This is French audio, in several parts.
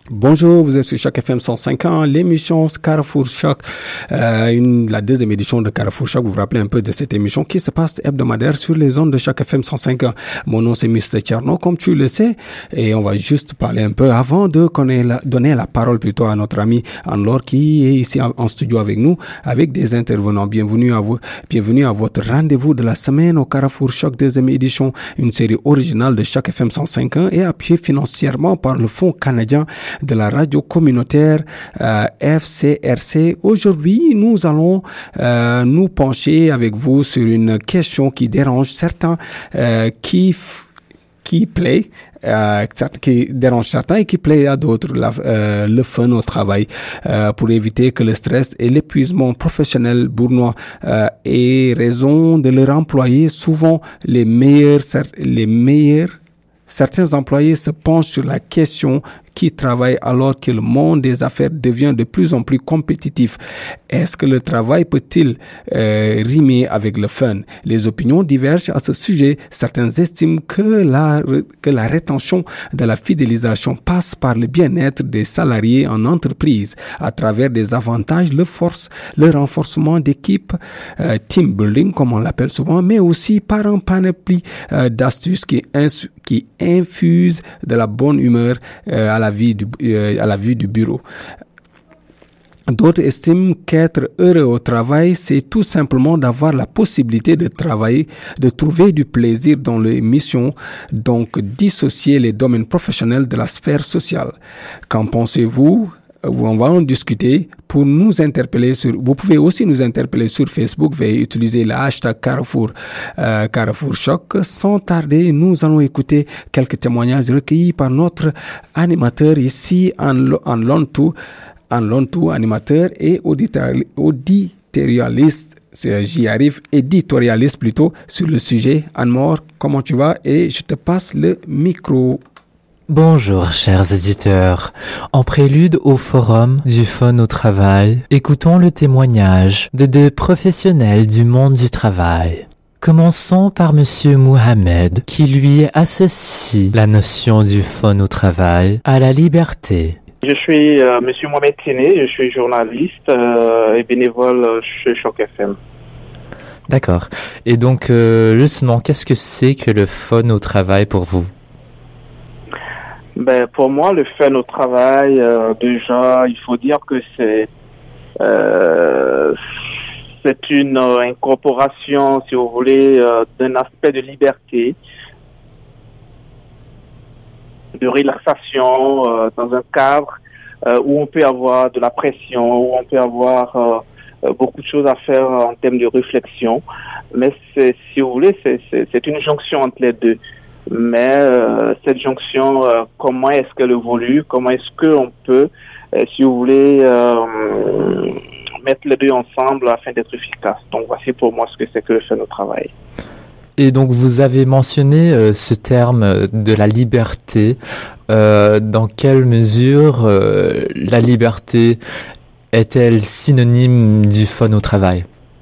Bonjour, vous êtes sur Choc FM 105.1, l'émission Carrefour Choc, la deuxième édition de Carrefour Choc. Vous vous rappelez un peu de cette émission qui se passe hebdomadaire sur les ondes de Choc FM 105.1. Mon nom c'est Mr. Tcherno, comme tu le sais, et on va juste parler un peu avant de donner la parole plutôt à notre ami Anne-Laure qui est ici en studio avec nous, avec des intervenants. Bienvenue à vous, bienvenue à votre rendez-vous de la semaine au Carrefour Choc deuxième édition, une série originale de Choc FM 105.1 et appuyée financièrement par le Fonds canadien de la radio communautaire FCRC. Aujourd'hui, nous allons nous pencher avec vous sur une question qui dérange certains, qui dérange certains et qui plaît à d'autres, le fun au travail, pour éviter que le stress et l'épuisement professionnel bournois aient raison de leur employer. Souvent, certains employés se penchent sur la question qui travaillent alors que le monde des affaires devient de plus en plus compétitif. Est-ce que le travail peut-il rimer avec le fun? Les opinions divergent à ce sujet. Certains estiment que la rétention de la fidélisation passe par le bien-être des salariés en entreprise à travers des avantages, le renforcement d'équipe, team building comme on l'appelle souvent, mais aussi par un panoplie d'astuces qui infusent de la bonne humeur à la vie du bureau. D'autres estiment qu'être heureux au travail, c'est tout simplement d'avoir la possibilité de travailler, de trouver du plaisir dans les missions, donc dissocier les domaines professionnels de la sphère sociale. Qu'en pensez-vous? On va en discuter. Pour nous interpeller vous pouvez aussi nous interpeller sur Facebook, veuillez utiliser le hashtag Carrefour Choc. Sans tarder, nous allons écouter quelques témoignages recueillis par notre animateur ici en Lontou, animateur et éditorialiste plutôt sur le sujet. Anne-Laure, comment tu vas? Et je te passe le micro. Bonjour chers auditeurs, en prélude au forum du fun au travail, écoutons le témoignage de deux professionnels du monde du travail. Commençons par Monsieur Mohamed qui lui associe la notion du fun au travail à la liberté. Je suis Monsieur Mohamed Tiné, je suis journaliste et bénévole chez Choc FM. D'accord. Et donc justement, qu'est-ce que c'est que le fun au travail pour vous? Pour moi, le fun au travail, déjà, il faut dire que c'est une incorporation, si vous voulez, d'un aspect de liberté, de relaxation dans un cadre où on peut avoir de la pression, où on peut avoir beaucoup de choses à faire en termes de réflexion. Mais si vous voulez, c'est une jonction entre les deux. Mais cette jonction, comment est-ce qu'elle évolue? Comment est-ce qu'on peut, si vous voulez, mettre les deux ensemble afin d'être efficace? Donc voici pour moi ce que c'est que le fun au travail. Et donc vous avez mentionné ce terme de la liberté. Dans quelle mesure la liberté est-elle synonyme du fun au travail?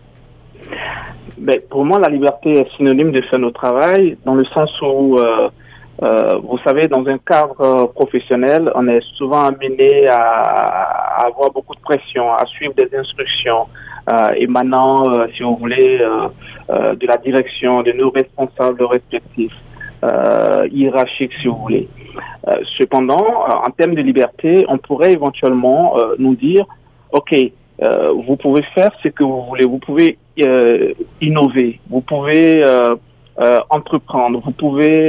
Pour moi, la liberté est synonyme de fun au travail, dans le sens où, vous savez, dans un cadre professionnel, on est souvent amené à avoir beaucoup de pression, à suivre des instructions émanant, si vous voulez, de la direction, de nos responsables respectifs, hiérarchiques, si vous voulez. Cependant, en termes de liberté, on pourrait éventuellement nous dire, OK, vous pouvez faire ce que vous voulez, vous pouvez innover, vous pouvez entreprendre, vous pouvez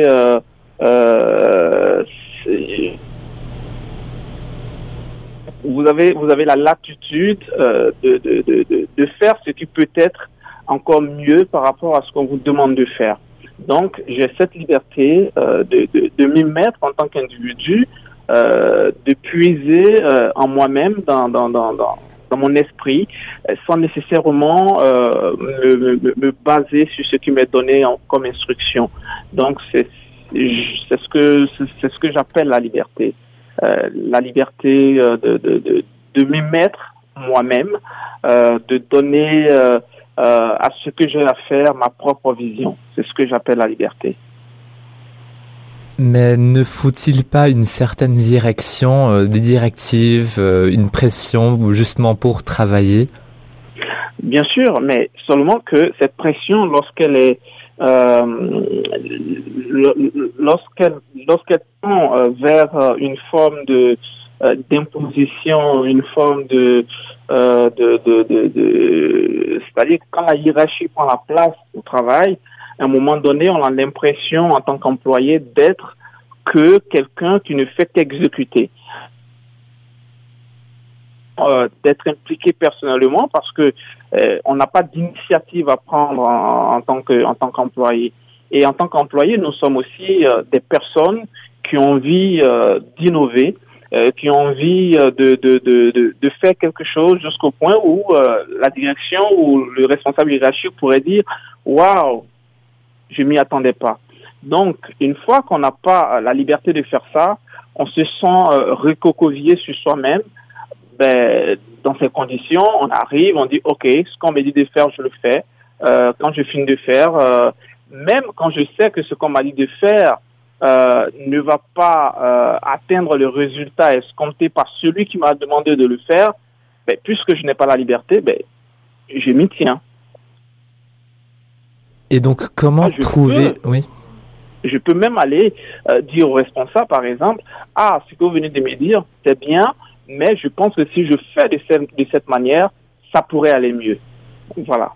vous avez la latitude de faire ce qui peut être encore mieux par rapport à ce qu'on vous demande de faire. Donc, j'ai cette liberté de m'y mettre en tant qu'individu, de puiser en moi-même dans mon esprit, sans nécessairement me baser sur ce qui m'est donné comme instruction. Donc, c'est ce que j'appelle la liberté. La liberté de m'y mettre moi-même, de donner à ce que j'ai à faire ma propre vision. C'est ce que j'appelle la liberté. Mais ne faut-il pas une certaine direction, des directives, une pression justement pour travailler? Bien sûr, mais seulement que cette pression, lorsqu'elle tend vers une forme d'imposition, une forme c'est-à-dire quand la hiérarchie prend la place au travail, à un moment donné, on a l'impression en tant qu'employé d'être que quelqu'un qui ne fait qu'exécuter. D'être impliqué personnellement parce que on n'a pas d'initiative à prendre en tant qu'employé. Et en tant qu'employé, nous sommes aussi des personnes qui ont envie d'innover, qui ont envie de faire quelque chose jusqu'au point où la direction ou le responsable hiérarchique pourrait dire « Waouh, je m'y attendais pas ». Donc, une fois qu'on n'a pas la liberté de faire ça, on se sent recroquevillé sur soi-même. Dans ces conditions, on arrive, on dit, OK, ce qu'on m'a dit de faire, je le fais. Quand je finis de faire, même quand je sais que ce qu'on m'a dit de faire ne va pas atteindre le résultat escompté par celui qui m'a demandé de le faire, puisque je n'ai pas la liberté, je m'y tiens. Et donc, comment trouver... Oui. Je peux même aller dire au responsable, par exemple, ce que vous venez de me dire, c'est bien, mais je pense que si je fais de cette manière, ça pourrait aller mieux. Voilà.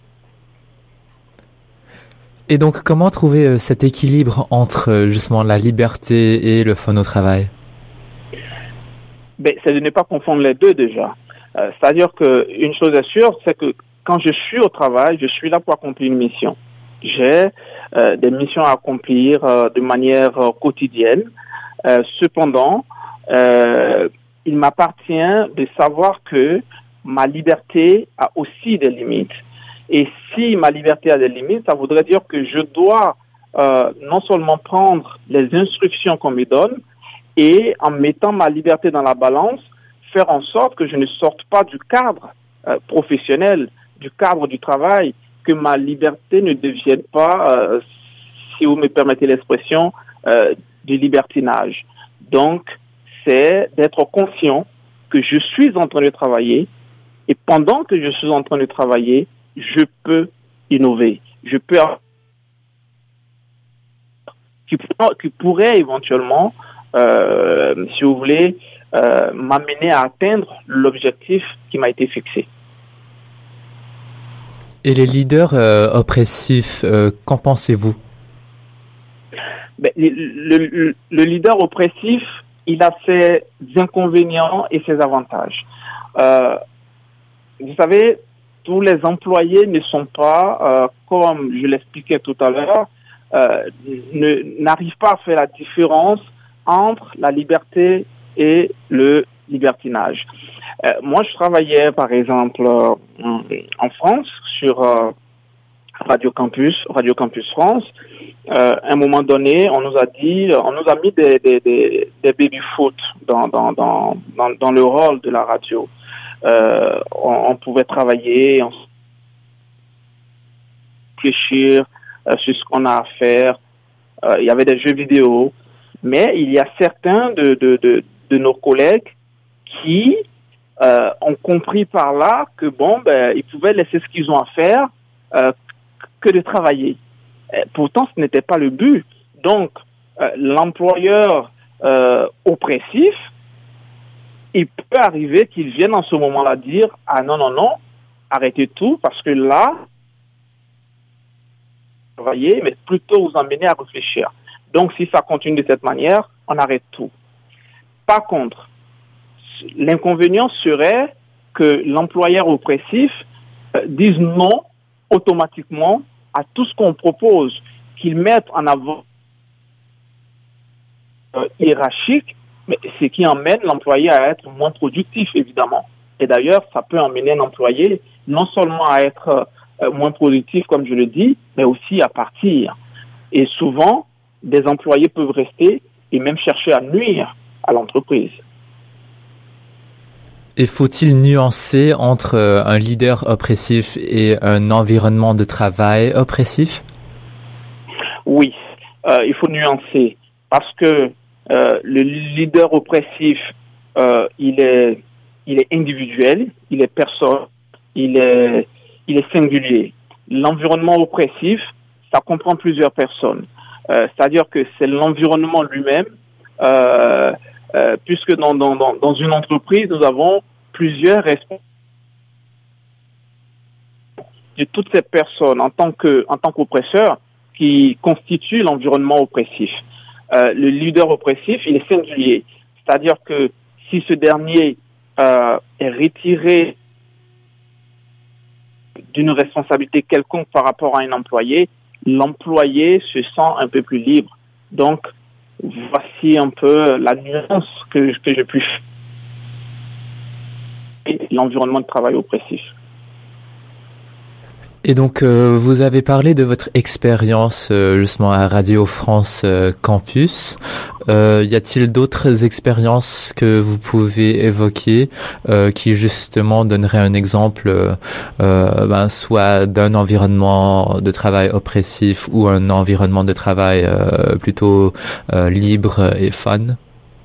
Et donc, comment trouver cet équilibre entre justement la liberté et le fun au travail? C'est de ne pas confondre les deux déjà. C'est-à-dire qu'une chose est sûre, c'est que quand je suis au travail, je suis là pour accomplir une mission. J'ai des missions à accomplir de manière quotidienne. Cependant, il m'appartient de savoir que ma liberté a aussi des limites. Et si ma liberté a des limites, ça voudrait dire que je dois non seulement prendre les instructions qu'on me donne et en mettant ma liberté dans la balance, faire en sorte que je ne sorte pas du cadre professionnel, du cadre du travail, que ma liberté ne devienne pas, si vous me permettez l'expression, du libertinage. Donc, c'est d'être conscient que je suis en train de travailler et pendant que je suis en train de travailler, je peux innover. Je peux qui pourrait éventuellement, si vous voulez, m'amener à atteindre l'objectif qui m'a été fixé. Et les leaders oppressifs, qu'en pensez-vous? Le leader oppressif, il a ses inconvénients et ses avantages. Vous savez, tous les employés ne sont pas, comme je l'expliquais tout à l'heure, n'arrivent pas à faire la différence entre la liberté et le libertinage. Moi, je travaillais, par exemple, en France, sur Radio Campus France. À un moment donné, on nous a mis des baby-foot dans le rôle de la radio. On pouvait travailler, réfléchir sur ce qu'on a à faire. Il y avait des jeux vidéo, mais il y a certains de nos collègues qui ont compris par là que ils pouvaient laisser ce qu'ils ont à faire que de travailler. Pourtant, ce n'était pas le but. Donc, l'employeur oppressif, il peut arriver qu'il vienne en ce moment-là dire « Ah non, arrêtez tout, parce que là, travailler, mais plutôt vous emmener à réfléchir. » Donc, si ça continue de cette manière, on arrête tout. Par contre, l'inconvénient serait que l'employeur oppressif dise non automatiquement à tout ce qu'on propose, qu'il mette en avant hiérarchique, mais ce qui emmène l'employé à être moins productif, évidemment. Et d'ailleurs, ça peut emmener un employé non seulement à être moins productif, comme je le dis, mais aussi à partir. Et souvent, des employés peuvent rester et même chercher à nuire à l'entreprise. Et faut-il nuancer entre un leader oppressif et un environnement de travail oppressif? Oui, il faut nuancer. parce que le leader oppressif, il est individuel, il est personne, il est singulier. L'environnement oppressif, ça comprend plusieurs personnes. C'est-à-dire que c'est l'environnement lui-même, puisque dans une entreprise, nous avons plusieurs responsables de toutes ces personnes en tant qu'oppresseurs qui constituent l'environnement oppressif. Le leader oppressif, il est singulier. C'est-à-dire que si ce dernier est retiré d'une responsabilité quelconque par rapport à un employé, l'employé se sent un peu plus libre. Donc, voici un peu la nuance que je puis faire. L'environnement de travail oppressif. Et donc, vous avez parlé de votre expérience justement à Radio France Campus. Y a-t-il d'autres expériences que vous pouvez évoquer qui justement donneraient un exemple soit d'un environnement de travail oppressif ou un environnement de travail plutôt libre et fun?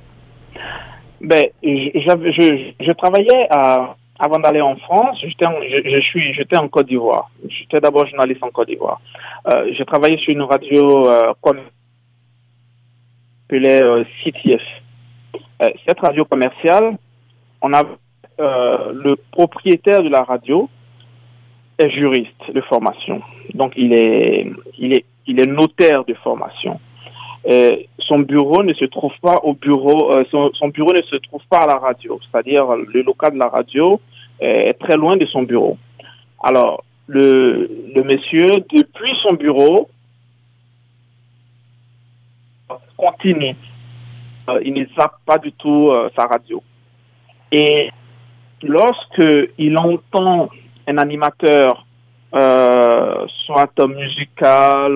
Je travaillais avant d'aller en France, j'étais en Côte d'Ivoire. J'étais d'abord journaliste en Côte d'Ivoire. J'ai travaillé sur une radio qu'on appelait CTF. Cette radio commerciale, le propriétaire de la radio est juriste de formation. Donc il est notaire de formation. Son bureau ne se trouve pas au bureau, son bureau ne se trouve pas à la radio, c'est-à-dire le local de la radio est très loin de son bureau. Alors, le monsieur, depuis son bureau, continue. Il ne zappe pas du tout sa radio. Et lorsque il entend un animateur soit musical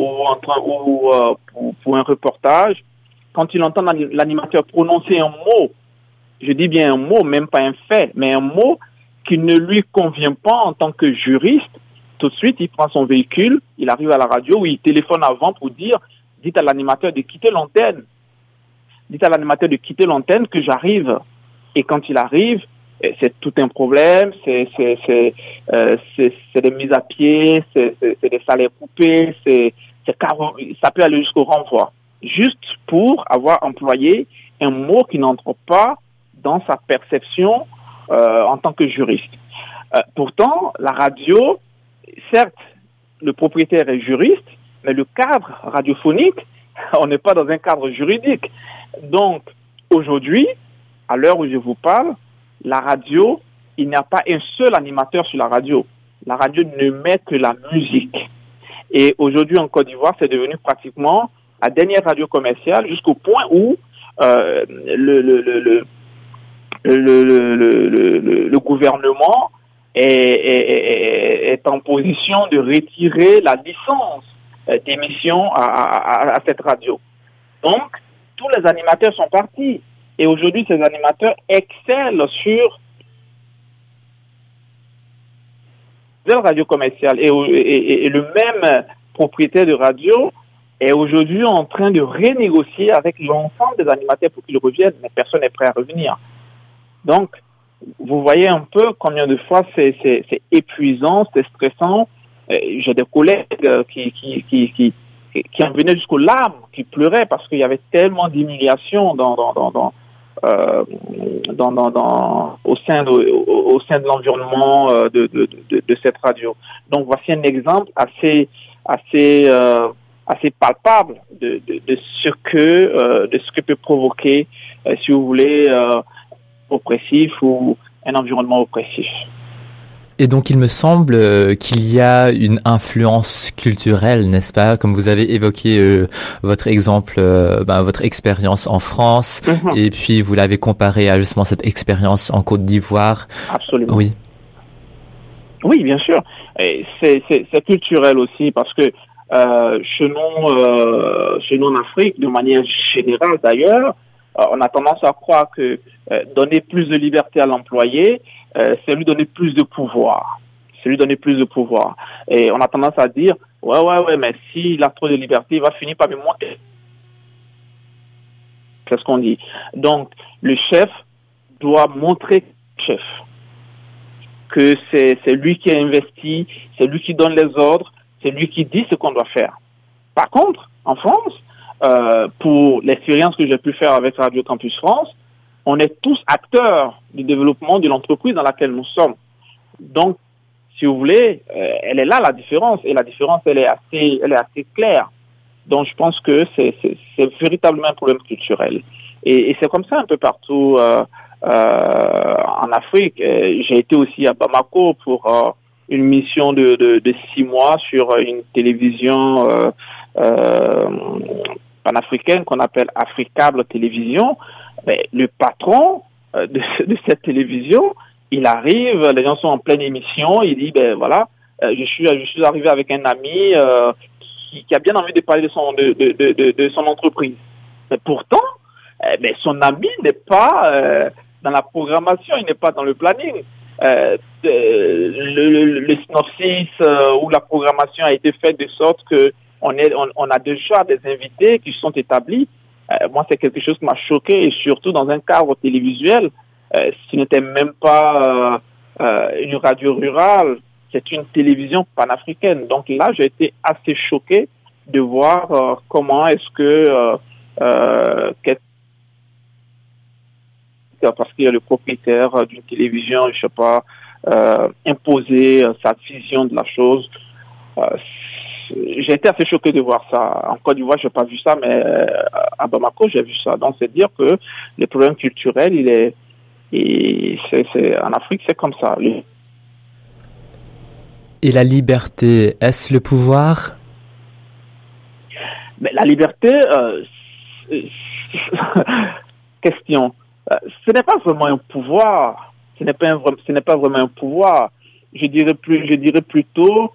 pour un reportage, quand il entend l'animateur prononcer un mot, je dis bien un mot, même pas un fait, mais un mot qui ne lui convient pas en tant que juriste, tout de suite, il prend son véhicule, il arrive à la radio, ou il téléphone avant pour dire, dites à l'animateur de quitter l'antenne. Dites à l'animateur de quitter l'antenne que j'arrive. Et quand il arrive, c'est tout un problème, c'est des mises à pied, c'est des salaires coupés, ça peut aller jusqu'au renvoi. Juste pour avoir employé un mot qui n'entre pas dans sa perception en tant que juriste. Pourtant, la radio, certes, le propriétaire est juriste, mais le cadre radiophonique, on n'est pas dans un cadre juridique. Donc, aujourd'hui, à l'heure où je vous parle, la radio, il n'y a pas un seul animateur sur la radio. La radio ne met que la musique. Et aujourd'hui, en Côte d'Ivoire, c'est devenu pratiquement la dernière radio commerciale jusqu'au point où le gouvernement est en position de retirer la licence d'émission à cette radio. Donc, tous les animateurs sont partis. Et aujourd'hui, ces animateurs excellent sur la radio commerciale. Et le même propriétaire de radio est aujourd'hui en train de renégocier avec l'ensemble des animateurs pour qu'ils reviennent, mais personne n'est prêt à revenir. Donc, vous voyez un peu combien de fois c'est épuisant, c'est stressant. J'ai des collègues qui en venaient jusqu'aux larmes, qui pleuraient parce qu'il y avait tellement d'humiliation au sein de l'environnement de cette radio. Donc voici un exemple assez palpable de ce que peut provoquer, si vous voulez, oppressif ou un environnement oppressif. Et donc, il me semble qu'il y a une influence culturelle, n'est-ce pas? Comme vous avez évoqué votre exemple, votre expérience en France, et puis vous l'avez comparé à justement cette expérience en Côte d'Ivoire. Absolument. Oui. Oui, bien sûr. Et c'est culturel aussi parce que chez nous en Afrique, de manière générale d'ailleurs, on a tendance à croire que donner plus de liberté à l'employé, c'est lui donner plus de pouvoir. C'est lui donner plus de pouvoir. Et on a tendance à dire, ouais, mais s'il a trop de liberté, il va finir par me monter. C'est ce qu'on dit. Donc, le chef doit montrer chef que c'est lui qui a investi, c'est lui qui donne les ordres, c'est lui qui dit ce qu'on doit faire. Par contre, en France, pour l'expérience que j'ai pu faire avec Radio Campus France, on est tous acteurs du développement de l'entreprise dans laquelle nous sommes. Donc, si vous voulez, elle est là la différence, et la différence elle est assez claire. Donc, je pense que c'est véritablement un problème culturel, et c'est comme ça un peu partout en Afrique. J'ai été aussi à Bamako pour une mission de 6 mois sur une télévision panafricaine qu'on appelle Africable Télévision. Mais le patron de cette télévision, il arrive, les gens sont en pleine émission, il dit ben voilà, je suis arrivé avec un ami qui a bien envie de parler de son entreprise. Mais pourtant, son ami n'est pas dans la programmation, il n'est pas dans le planning. Le synopsis ou la programmation a été faite de sorte que on a déjà des invités qui sont établis. Moi, c'est quelque chose qui m'a choqué, et surtout dans un cadre télévisuel. Ce n'était même pas une radio rurale, c'est une télévision panafricaine. Donc là, j'ai été assez choqué de voir comment est-ce que parce qu'il y a le propriétaire d'une télévision, je sais pas, imposer sa vision de la chose. J'ai été assez choqué de voir ça. En Côte d'Ivoire, j'ai pas vu ça, mais à Bamako, j'ai vu ça. Donc, c'est dire que les problèmes culturels, en Afrique, c'est comme ça. Et la liberté, est-ce le pouvoir? Mais la liberté, question. Ce n'est pas vraiment un pouvoir. Ce n'est pas vraiment un pouvoir. Je dirais plutôt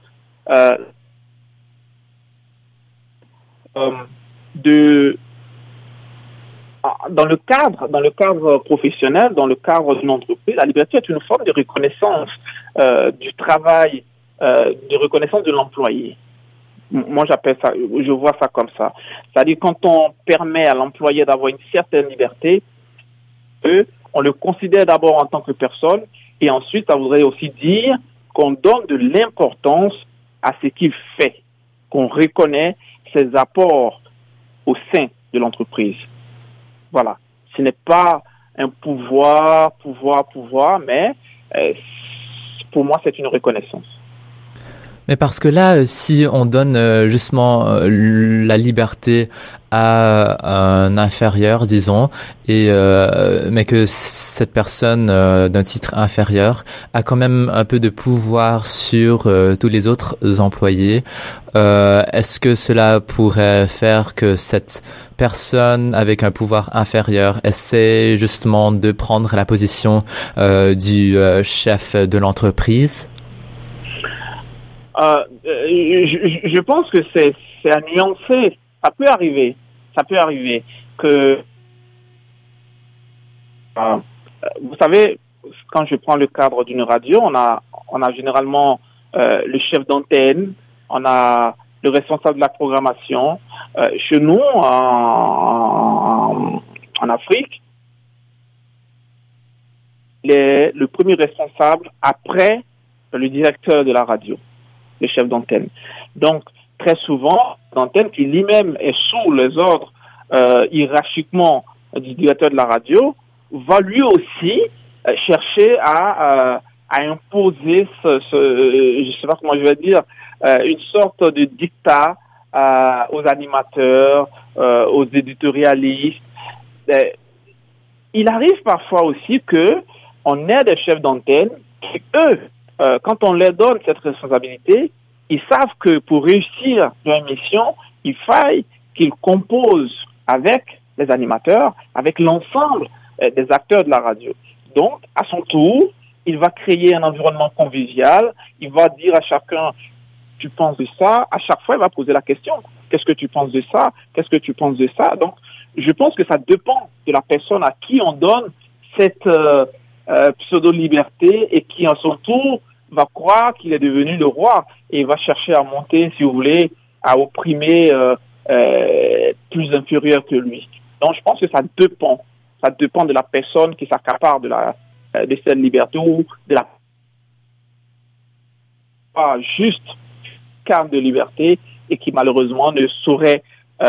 dans le cadre professionnel, dans le cadre d'une entreprise, la liberté est une forme de reconnaissance du travail, de reconnaissance de l'employé. Moi, j'appelle ça, je vois ça comme ça. C'est-à-dire, quand on permet à l'employé d'avoir une certaine liberté, on le considère d'abord en tant que personne, et ensuite, ça voudrait aussi dire qu'on donne de l'importance à ce qu'il fait, qu'on reconnaît ses apports au sein de l'entreprise. Voilà. Ce n'est pas un pouvoir, mais pour moi, c'est une reconnaissance. Mais parce que là, si on donne justement la liberté à un inférieur, disons, mais que cette personne d'un titre inférieur a quand même un peu de pouvoir sur tous les autres employés, est-ce que cela pourrait faire que cette personne avec un pouvoir inférieur essaie justement de prendre la position du chef de l'entreprise? Je pense que c'est à nuancer. Ça peut arriver que vous savez, quand je prends le cadre d'une radio, on a généralement le chef d'antenne, on a le responsable de la programmation. Chez nous, en Afrique, le premier responsable après le directeur de la radio, le chef d'antenne. Donc, très souvent, l'antenne qui lui-même est sous les ordres hiérarchiquement du directeur de la radio, va lui aussi chercher à imposer je sais pas comment je vais dire, une sorte de dictat aux animateurs, aux éditorialistes. Il arrive parfois aussi qu'on ait des chefs d'antenne qui, eux, quand on leur donne cette responsabilité, ils savent que pour réussir leur mission, il faille qu'ils composent avec les animateurs, avec l'ensemble des acteurs de la radio. Donc, à son tour, il va créer un environnement convivial, il va dire à chacun, tu penses de ça? À chaque fois, il va poser la question, qu'est-ce que tu penses de ça? Qu'est-ce que tu penses de ça? Donc, je pense que ça dépend de la personne à qui on donne cette pseudo-liberté et qui, en son tour, va croire qu'il est devenu le roi et va chercher à monter, si vous voulez, à opprimer plus inférieur que lui. Donc, je pense que ça dépend. Ça dépend de la personne qui s'accapare de cette liberté ou de la pas juste carte de liberté et qui malheureusement ne saurait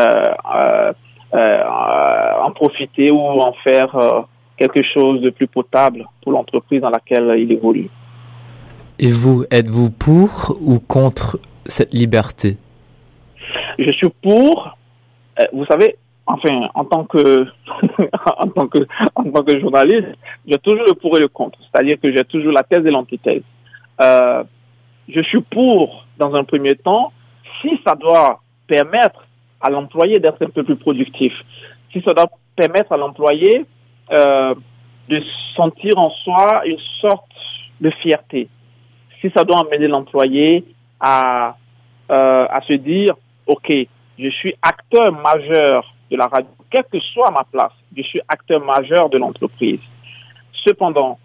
en profiter ou en faire quelque chose de plus potable pour l'entreprise dans laquelle il évolue. Et vous, êtes-vous pour ou contre cette liberté? Je suis pour. Vous savez, enfin, en tant que journaliste, j'ai toujours le pour et le contre. C'est-à-dire que j'ai toujours la thèse et l'antithèse. Je suis pour, dans un premier temps, si ça doit permettre à l'employé d'être un peu plus productif, si ça doit permettre à l'employé de sentir en soi une sorte de fierté, si ça doit amener l'employé à se dire, OK, je suis acteur majeur de la radio, quelle que soit ma place, je suis acteur majeur de l'entreprise. Cependant,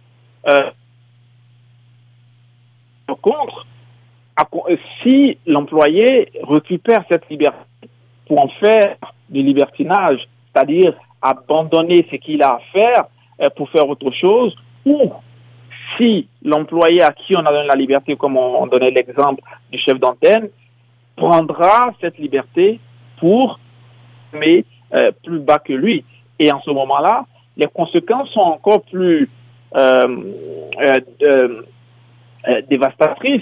par contre, si l'employé récupère cette liberté pour en faire du libertinage, c'est-à-dire abandonner ce qu'il a à faire pour faire autre chose, ou si l'employé à qui on a donné la liberté, comme on donnait l'exemple du chef d'antenne, prendra cette liberté pour mais plus bas que lui. Et en ce moment-là, les conséquences sont encore plus dévastatrices,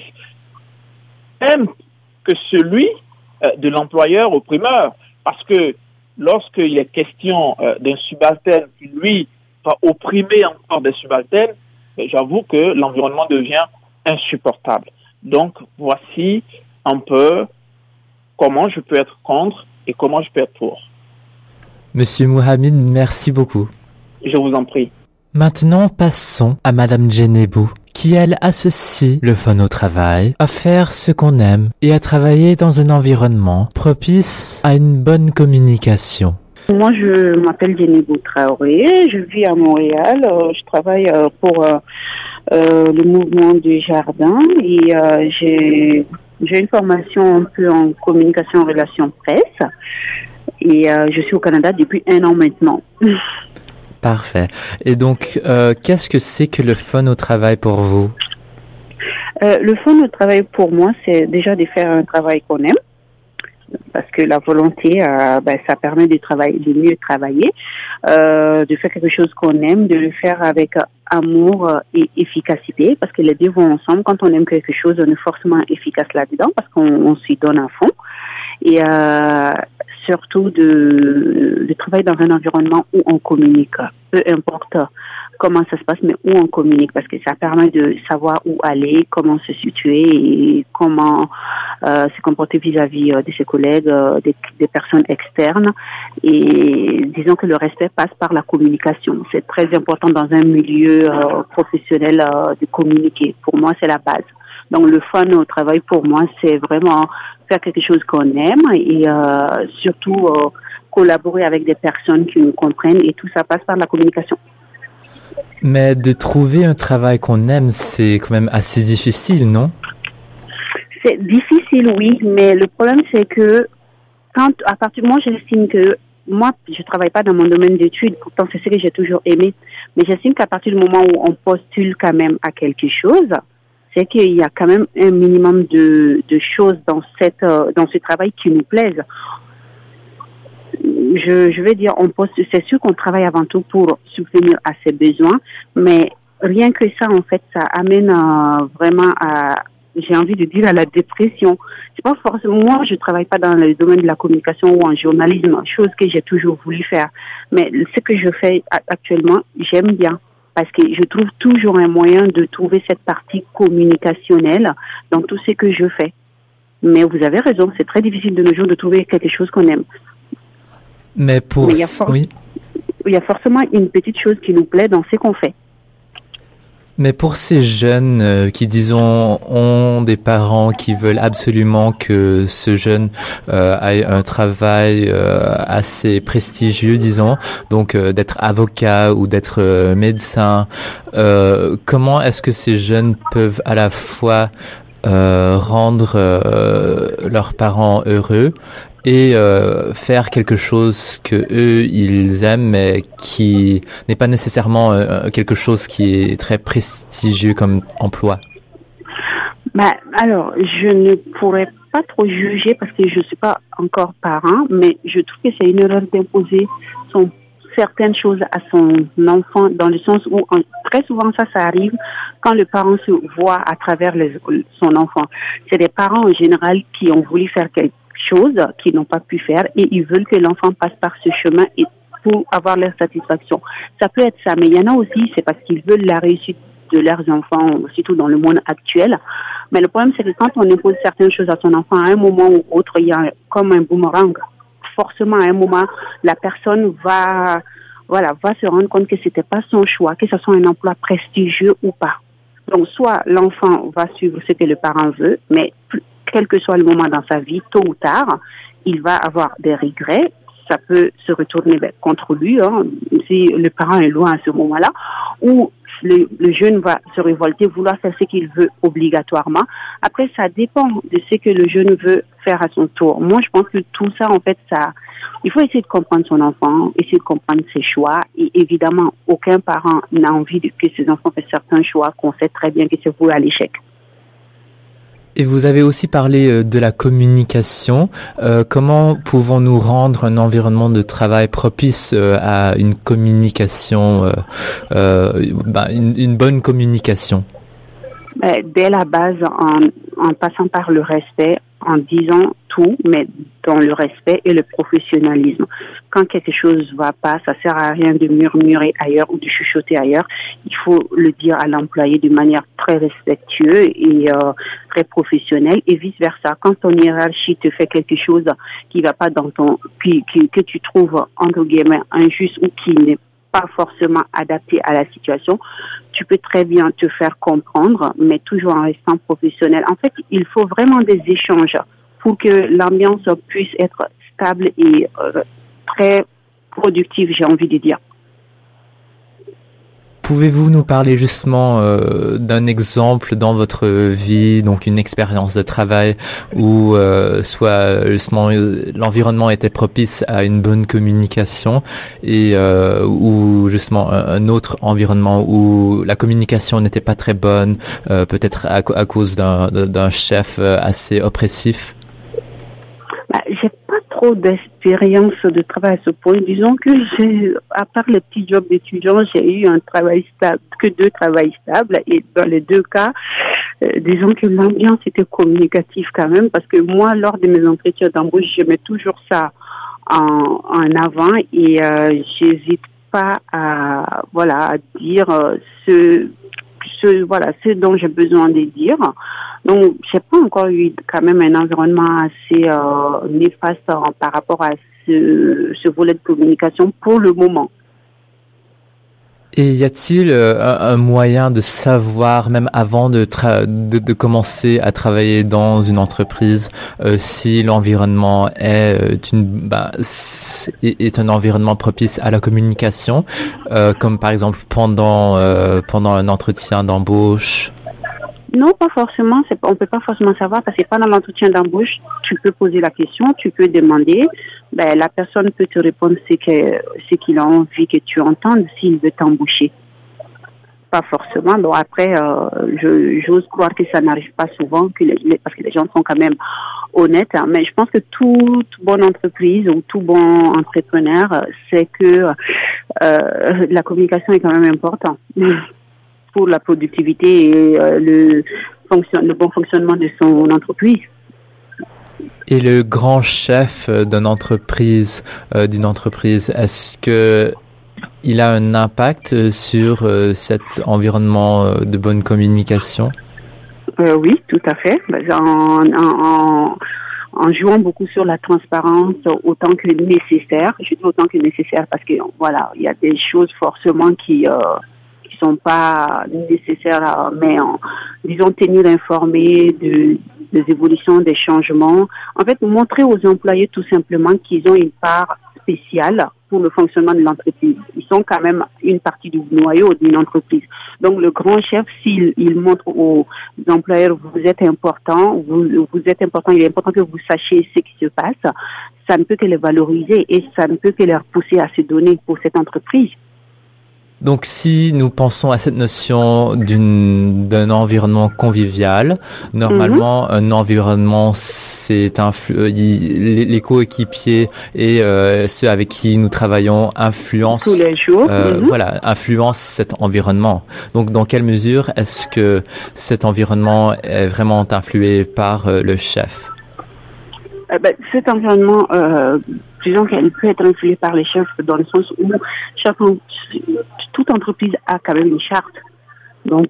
même que celui de l'employeur opprimeur. Parce que lorsqu'il est question d'un subalterne qui, lui, va opprimer encore des subalternes, j'avoue que l'environnement devient insupportable. Donc, voici un peu comment je peux être contre et comment je peux être pour. Monsieur Mohamed, merci beaucoup. Je vous en prie. Maintenant, passons à Madame Djenebou, qui, elle, associe le fun au travail, à faire ce qu'on aime et à travailler dans un environnement propice à une bonne communication. Moi, je m'appelle Djenebou Traoré, je vis à Montréal, je travaille pour le mouvement du jardin et j'ai une formation un peu en communication en relations presse et je suis au Canada depuis 1 an maintenant. Parfait. Et donc, qu'est-ce que c'est que le fun au travail pour vous? Le fun au travail pour moi, c'est déjà de faire un travail qu'on aime. Parce que la volonté, ça permet de mieux travailler, de faire quelque chose qu'on aime, de le faire avec amour et efficacité, parce que les deux vont ensemble. Quand on aime quelque chose, on est forcément efficace là-dedans, parce qu'on s'y donne à fond. Et surtout de travailler dans un environnement où on communique, peu importe comment ça se passe, mais où on communique, parce que ça permet de savoir où aller, comment se situer et comment se comporter vis-à-vis de ses collègues, des personnes externes. Et disons que le respect passe par la communication. C'est très important dans un milieu professionnel de communiquer. Pour moi, c'est la base. Donc le fun au travail, pour moi, c'est vraiment faire quelque chose qu'on aime et surtout collaborer avec des personnes qui nous comprennent, et tout ça passe par la communication. Mais de trouver un travail qu'on aime, c'est quand même assez difficile, non? C'est difficile, oui, mais le problème, c'est que à partir de moi, j'estime que moi, je travaille pas dans mon domaine d'études, pourtant c'est ce que j'ai toujours aimé, mais j'estime qu'à partir du moment où on postule quand même à quelque chose, c'est qu'il y a quand même un minimum de choses dans ce travail qui nous plaisent. Je vais dire, c'est sûr qu'on travaille avant tout pour subvenir à ses besoins, mais rien que ça, en fait, ça amène vraiment j'ai envie de dire, à la dépression. C'est pas forcément, moi, je travaille pas dans le domaine de la communication ou en journalisme, chose que j'ai toujours voulu faire. Mais ce que je fais actuellement, j'aime bien, parce que je trouve toujours un moyen de trouver cette partie communicationnelle dans tout ce que je fais. Mais vous avez raison, c'est très difficile de nos jours de trouver quelque chose qu'on aime. Mais il y a forcément une petite chose qui nous plaît dans ce qu'on fait. Mais pour ces jeunes qui, disons, ont des parents qui veulent absolument que ce jeune ait un travail assez prestigieux, disons, donc d'être avocat ou d'être médecin, comment est-ce que ces jeunes peuvent à la fois rendre leurs parents heureux et faire quelque chose que eux ils aiment mais qui n'est pas nécessairement quelque chose qui est très prestigieux comme emploi? Alors, je ne pourrais pas trop juger parce que je ne suis pas encore parent, mais je trouve que c'est une erreur d'imposer certaines choses à son enfant, dans le sens où très souvent ça arrive quand le parent se voit à travers son enfant. C'est des parents en général qui ont voulu faire quelque chose qu'ils n'ont pas pu faire et ils veulent que l'enfant passe par ce chemin et pour avoir leur satisfaction. Ça peut être ça, mais il y en a aussi, c'est parce qu'ils veulent la réussite de leurs enfants, surtout dans le monde actuel. Mais le problème, c'est que quand on impose certaines choses à son enfant, à un moment ou autre, il y a comme un boomerang. Forcément, à un moment, la personne va se rendre compte que c'était pas son choix, que ce soit un emploi prestigieux ou pas. Donc, soit l'enfant va suivre ce que le parent veut, mais quel que soit le moment dans sa vie, tôt ou tard, il va avoir des regrets. Ça peut se retourner contre lui, si le parent est loin à ce moment-là, ou le jeune va se révolter, vouloir faire ce qu'il veut obligatoirement. Après, ça dépend de ce que le jeune veut faire à son tour. Moi, je pense que tout ça, en fait, il faut essayer de comprendre son enfant, essayer de comprendre ses choix. Et évidemment, aucun parent n'a envie que ses enfants fassent certains choix qu'on sait très bien que c'est voué à l'échec. Et vous avez aussi parlé de la communication. Comment pouvons-nous rendre un environnement de travail propice à une communication, une bonne communication? Dès la base, en passant par le respect, en disant tout, mais dans le respect et le professionnalisme. Quand quelque chose va pas, ça sert à rien de murmurer ailleurs ou de chuchoter ailleurs. Il faut le dire à l'employé de manière très respectueuse et très professionnelle et vice versa. Quand ton hiérarchie te fait quelque chose qui va pas dans que tu trouves entre guillemets injuste ou qui n'est pas forcément adapté à la situation, tu peux très bien te faire comprendre, mais toujours en restant professionnel. En fait, il faut vraiment des échanges pour que l'ambiance puisse être stable et très productive, j'ai envie de dire. Pouvez-vous nous parler justement d'un exemple dans votre vie, donc une expérience de travail où soit justement l'environnement était propice à une bonne communication et ou justement un autre environnement où la communication n'était pas très bonne, peut-être à cause d'un chef assez oppressif? J'ai pas trop d'expérience de travail à ce point. Disons que à part les petits jobs d'étudiant, j'ai eu un travail stable, que 2 travails stables. Et dans les 2 cas, disons que l'ambiance était communicative quand même, parce que moi, lors de mes entretiens d'embauche, je mets toujours ça en avant et j'hésite pas à dire ce dont j'ai besoin de dire. Donc, j'ai pas encore eu quand même un environnement assez néfaste par rapport à ce volet de communication pour le moment. Et y a-t-il un moyen de savoir, même avant de commencer à travailler dans une entreprise, si l'environnement est un environnement propice à la communication, comme par exemple pendant un entretien d'embauche? Non, pas forcément. On peut pas forcément savoir parce que pendant l'entretien d'embauche, tu peux poser la question, tu peux demander. La personne peut te répondre ce qu'il a envie que tu entendes s'il veut t'embaucher. Pas forcément. Donc après, j'ose croire que ça n'arrive pas souvent, parce que les gens sont quand même honnêtes. Hein, mais je pense que toute bonne entreprise ou tout bon entrepreneur sait que la communication est quand même importante pour la productivité et le bon fonctionnement de son entreprise. Et le grand chef d'une entreprise, est-ce que il a un impact sur cet environnement de bonne communication? Oui, tout à fait. En jouant beaucoup sur la transparence autant que nécessaire. Je dis autant que nécessaire parce que il y a des choses forcément qui sont pas nécessaires, mais disons tenir informés des évolutions, des changements. En fait, montrer aux employés tout simplement qu'ils ont une part spéciale pour le fonctionnement de l'entreprise. Ils sont quand même une partie du noyau d'une entreprise. Donc le grand chef, s'il montre aux employeurs vous êtes important, vous êtes important, il est important que vous sachiez ce qui se passe, ça ne peut que les valoriser et ça ne peut que les pousser à se donner pour cette entreprise. Donc, si nous pensons à cette notion d'un environnement convivial, normalement, un environnement, c'est les coéquipiers et ceux avec qui nous travaillons influencent tous les jours. Voilà, influencent cet environnement. Donc, dans quelle mesure est-ce que cet environnement est vraiment influé par le chef? Cet environnement, disons qu'elle peut être influée par les chefs dans le sens où toute entreprise a quand même une charte. Donc,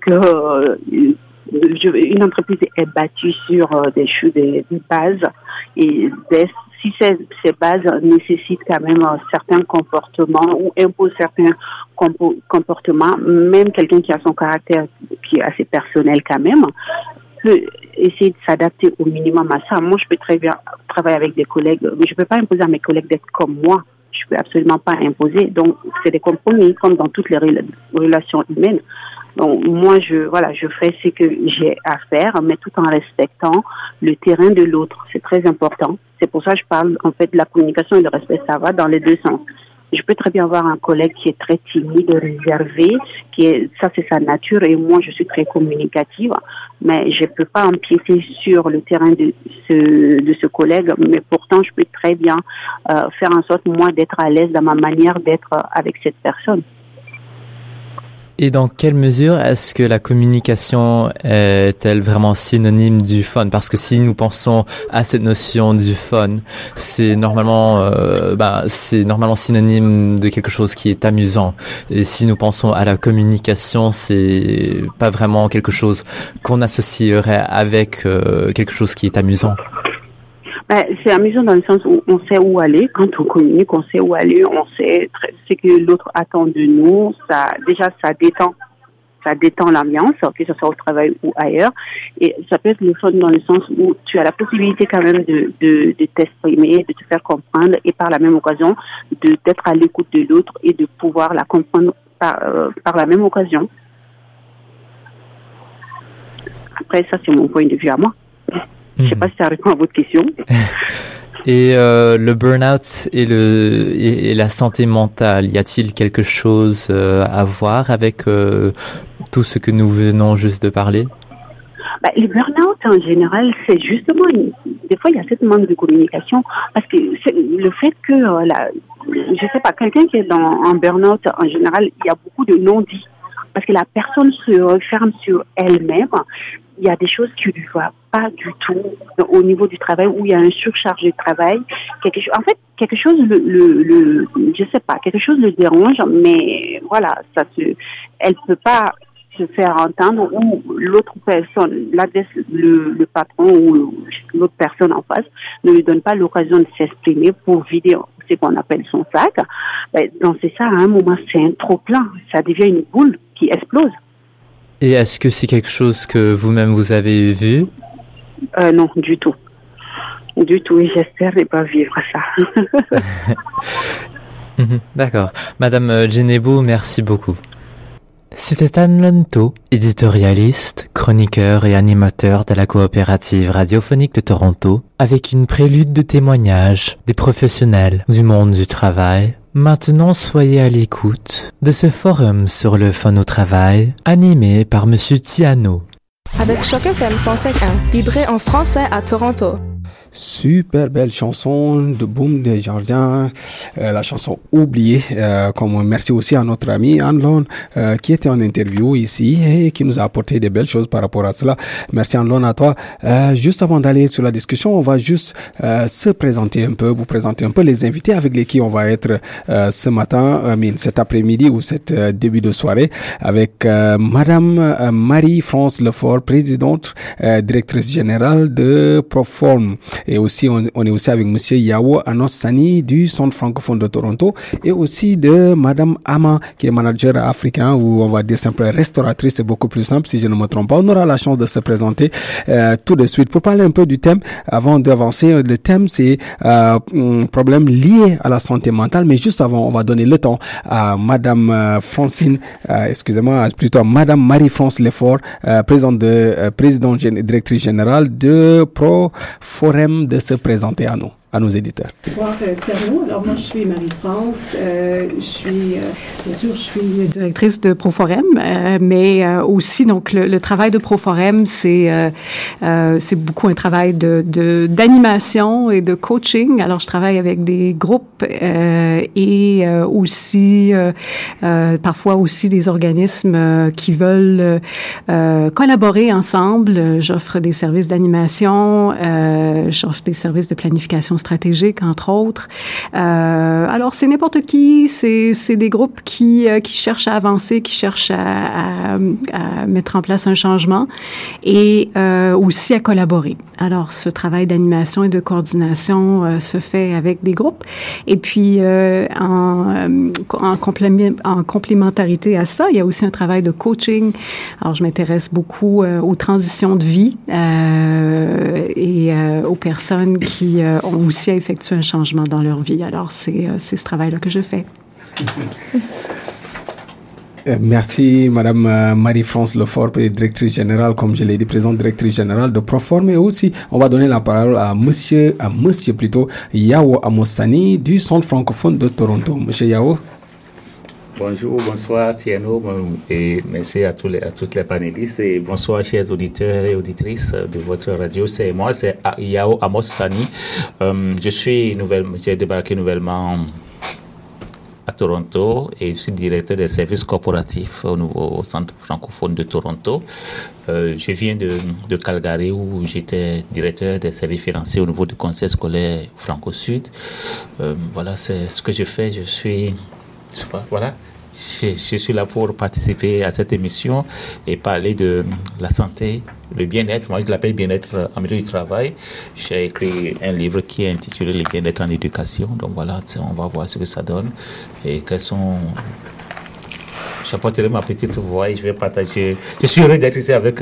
une entreprise est bâtie sur des bases et si ces bases nécessitent quand même certains comportements ou imposent certains comportements, même quelqu'un qui a son caractère qui est assez personnel quand même, peut essayer de s'adapter au minimum à ça. Moi, je peux très bien travailler avec des collègues, mais je ne peux pas imposer à mes collègues d'être comme moi. Je ne peux absolument pas imposer. Donc, c'est des compromis, comme dans toutes les relations humaines. Donc, moi, je ferai ce que j'ai à faire, mais tout en respectant le terrain de l'autre. C'est très important. C'est pour ça que je parle, en fait, de la communication et le respect, ça va dans les deux sens. Je peux très bien avoir un collègue qui est très timide, réservé, ça c'est sa nature et moi je suis très communicative, mais je peux pas empiéter sur le terrain de ce collègue, mais pourtant je peux très bien faire en sorte moi d'être à l'aise dans ma manière d'être avec cette personne. Et dans quelle mesure est-ce que la communication est-elle vraiment synonyme du fun? Parce que si nous pensons à cette notion du fun, c'est normalement synonyme de quelque chose qui est amusant. Et si nous pensons à la communication, c'est pas vraiment quelque chose qu'on associerait avec quelque chose qui est amusant. C'est amusant dans le sens où on sait où aller. Quand on communique, on sait où aller, on sait ce que l'autre attend de nous. Ça détend l'ambiance, que ce soit au travail ou ailleurs. Et ça peut être le fun dans le sens où tu as la possibilité quand même de t'exprimer, de te faire comprendre et par la même occasion d'être à l'écoute de l'autre et de pouvoir la comprendre par la même occasion. Après, ça, c'est mon point de vue à moi. Je ne sais pas si ça répond à votre question. Et le burn-out et la santé mentale, y a-t-il quelque chose à voir avec tout ce que nous venons juste de parler? Le burn-out, en général, c'est justement... Des fois, il y a cette manque de communication parce que le fait que... je sais pas, quelqu'un qui est en burn-out, en général, il y a beaucoup de non-dits parce que la personne se referme sur elle-même. Il y a des choses qui ne lui vont pas du tout au niveau du travail où il y a un surcharge de travail. Quelque chose le dérange, mais voilà, elle peut pas se faire entendre ou l'autre personne, le patron ou l'autre personne en face ne lui donne pas l'occasion de s'exprimer pour vider ce qu'on appelle son sac. Donc c'est ça, à un moment, c'est un trop-plein. Ça devient une boule qui explose. Et est-ce que c'est quelque chose que vous-même vous avez vu? Non, du tout. Du tout, et j'espère ne pas vivre ça. D'accord. Madame Djenebou, merci beaucoup. C'était Anne Lanto, éditorialiste, chroniqueur et animateur de la coopérative radiophonique de Toronto, avec une prélude de témoignages des professionnels du monde du travail. Maintenant, soyez à l'écoute de ce forum sur le fun au travail, animé par Monsieur Tiano. Avec Choc FM 105.1, vibré en français à Toronto. Super belle chanson de Boom Desjardins, la chanson oubliée. Merci aussi à notre ami Anne Lon qui était en interview ici et qui nous a apporté des belles choses par rapport à cela. Merci Anne Lon, à toi. Juste avant d'aller sur la discussion, on va juste vous présenter un peu les invités avec lesquels on va être ce matin, cet après-midi ou cet début de soirée avec Madame Marie-France Lefort, présidente, directrice générale de Proform. Et aussi, on est aussi avec monsieur Yao Anos-Sani du Centre francophone de Toronto et aussi de madame Ama qui est manager africain ou on va dire simplement restauratrice, c'est beaucoup plus simple si je ne me trompe pas. On aura la chance de se présenter tout de suite. Pour parler un peu du thème, avant d'avancer, le thème c'est problème lié à la santé mentale, mais juste avant, on va donner le temps à madame plutôt madame Marie-France Lefort, présidente directrice générale de Proforem, de se présenter à nos éditeurs. Bonsoir Thierno. Alors moi je suis Marie-France, je suis directrice de Proforem, mais aussi donc le travail de Proforem c'est beaucoup un travail d'animation et de coaching. Alors je travaille avec des groupes et aussi parfois aussi des organismes qui veulent collaborer ensemble. J'offre des services d'animation, j'offre des services de planification stratégique, entre autres. Alors, c'est n'importe qui, c'est des groupes qui cherchent à avancer, qui cherchent à mettre en place un changement et aussi à collaborer. Alors, ce travail d'animation et de coordination se fait avec des groupes. Et puis, en complémentarité à ça, il y a aussi un travail de coaching. Alors, je m'intéresse beaucoup aux transitions de vie et aux personnes qui ont aussi à effectuer un changement dans leur vie. Alors, c'est ce travail-là que je fais. Merci, madame Marie-France Lefort, directrice générale, comme je l'ai dit, présidente directrice générale de Proform. Et aussi, on va donner la parole à monsieur Yao Anos-Sani du Centre francophone de Toronto. Monsieur Yao. Bonjour, bonsoir Thierno et merci à toutes les panélistes et bonsoir chers auditeurs et auditrices de votre radio. C'est Yao Anos-Sani. J'ai débarqué nouvellement à Toronto et je suis directeur des services corporatifs au Centre francophone de Toronto. Je viens de Calgary où j'étais directeur des services financiers au niveau du conseil scolaire Franco-Sud. Voilà, c'est ce que je fais. Je suis là pour participer à cette émission et parler de la santé, le bien-être. Moi, je l'appelle bien-être en milieu du travail. J'ai écrit un livre qui est intitulé « Le bien-être en éducation ». Donc voilà, on va voir ce que ça donne et quels sont... J'apporterai ma petite voix et je vais partager. Je suis heureux d'être ici avec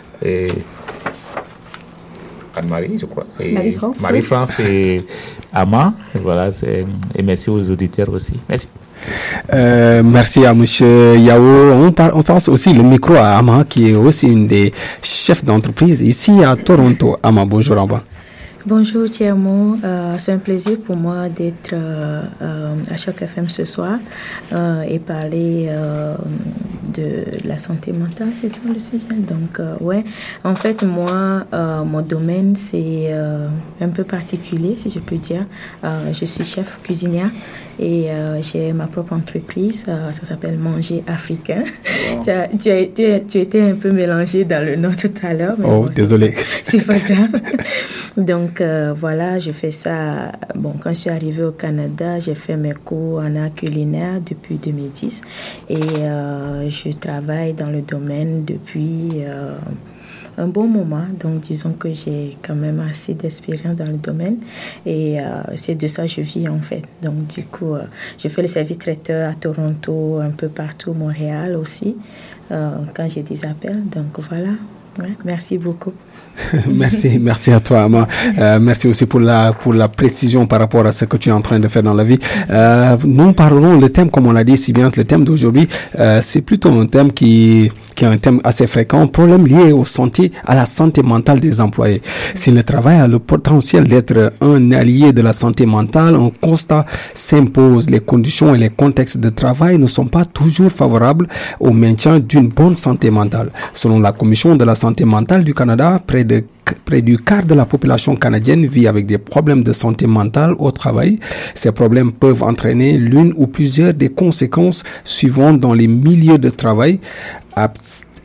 Anne-Marie, je crois. Et Marie-France et Ama. Voilà, et merci aux auditeurs aussi. Merci. Merci à monsieur Yao. On passe aussi le micro à Ama, qui est aussi une des chefs d'entreprise ici à Toronto. Ama, bonjour Ama. Bonjour Thierno, c'est un plaisir pour moi d'être à Choc FM ce soir et parler de la santé mentale, c'est ça le sujet. Donc ouais, en fait moi, mon domaine c'est un peu particulier si je peux dire. Je suis chef cuisinière et j'ai ma propre entreprise, ça s'appelle Manger Africain. Wow. Tu étais un peu mélangé dans le nom tout à l'heure. Mais bon, désolé. C'est pas grave. Donc voilà, je fais ça. Bon, quand je suis arrivée au Canada, j'ai fait mes cours en art culinaire depuis 2010 et je travaille dans le domaine depuis un bon moment. Donc disons que j'ai quand même assez d'expérience dans le domaine et c'est de ça que je vis en fait. Donc du coup, je fais le service traiteur à Toronto, un peu partout, Montréal aussi, quand j'ai des appels. Donc voilà. Ouais, merci beaucoup. merci à toi, Ama. Merci aussi pour la précision par rapport à ce que tu es en train de faire dans la vie. Nous parlons, le thème, comme on l'a dit si bien, le thème d'aujourd'hui, c'est plutôt un thème qui est un thème assez fréquent, problème lié à la santé mentale des employés. Si le travail a le potentiel d'être un allié de la santé mentale, un constat s'impose. Les conditions et les contextes de travail ne sont pas toujours favorables au maintien d'une bonne santé mentale. Selon la Commission de la santé mentale du Canada, près du quart de la population canadienne vit avec des problèmes de santé mentale au travail. Ces problèmes peuvent entraîner l'une ou plusieurs des conséquences suivantes dans les milieux de travail.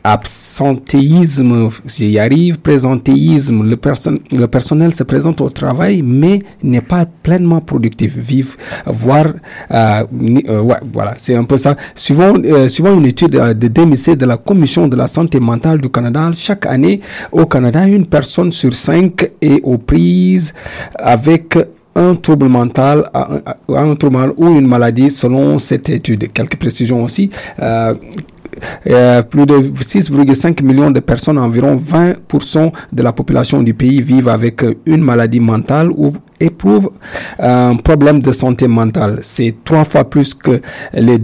absentéisme, j'y arrive, présentéisme, le personnel se présente au travail mais n'est pas pleinement productif, voire voilà, c'est un peu ça. Suivant une étude de DMC de la Commission de la santé mentale du Canada, chaque année au Canada, une personne sur 5 est aux prises avec un trouble mental, un trouble ou une maladie selon cette étude. Quelques précisions aussi. Plus de 6,5 millions de personnes, environ 20% de la population du pays vivent avec une maladie mentale ou éprouvent un problème de santé mentale. C'est 3 fois plus que les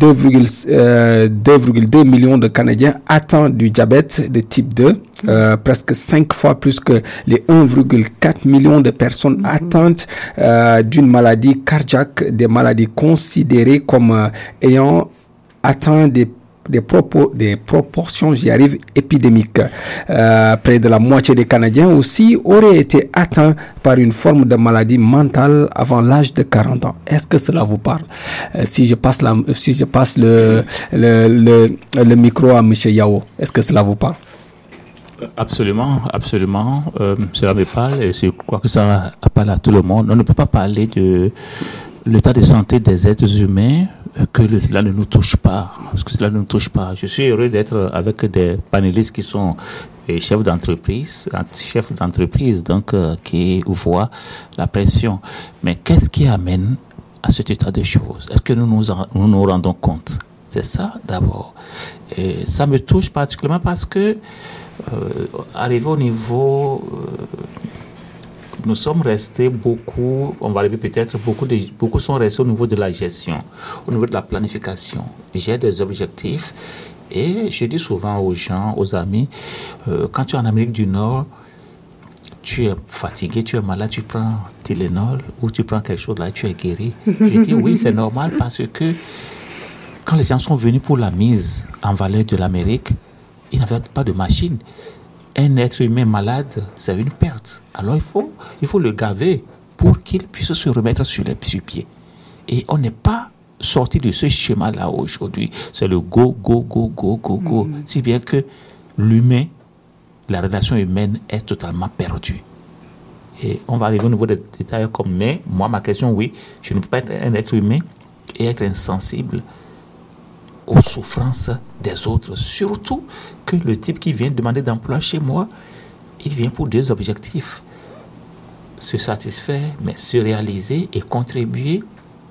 2,2 millions de Canadiens atteints du diabète de type 2, presque 5 fois plus que les 1,4 millions de personnes atteintes d'une maladie cardiaque, des maladies considérées comme ayant atteint des proportions, j'y arrive, épidémiques. Près de la moitié des Canadiens aussi auraient été atteints par une forme de maladie mentale avant l'âge de 40 ans. Est-ce que cela vous parle? Si je passe le micro à M. Yao, est-ce que cela vous parle? Absolument. Cela me parle et je crois que ça parle à tout le monde. On ne peut pas parler de l'état de santé des êtres humains que cela ne nous touche pas. Parce que cela ne nous touche pas. Je suis heureux d'être avec des panélistes qui sont chefs d'entreprise, donc qui voient la pression. Mais qu'est-ce qui amène à cet état de choses? Est-ce que nous nous rendons compte? C'est ça d'abord. Et ça me touche particulièrement parce que arrivé au niveau nous sommes restés beaucoup, on va arriver peut-être, beaucoup sont restés au niveau de la gestion, au niveau de la planification. J'ai des objectifs et je dis souvent aux gens, aux amis, quand tu es en Amérique du Nord, tu es fatigué, tu es malade, tu prends Tylenol ou tu prends quelque chose là, tu es guéri. Je dis oui, c'est normal parce que quand les gens sont venus pour la mise en valeur de l'Amérique, ils n'avaient pas de machine. Un être humain malade, c'est une perte. Alors il faut le gaver pour qu'il puisse se remettre sur pied. Et on n'est pas sorti de ce schéma-là aujourd'hui. C'est le go. Si bien que l'humain, la relation humaine est totalement perdue. Et on va arriver au niveau des détails comme, mais moi, ma question, oui, je ne peux pas être un être humain et être insensible aux souffrances des autres. Surtout que le type qui vient demander d'emploi chez moi, il vient pour 2 objectifs. Se satisfaire, mais se réaliser et contribuer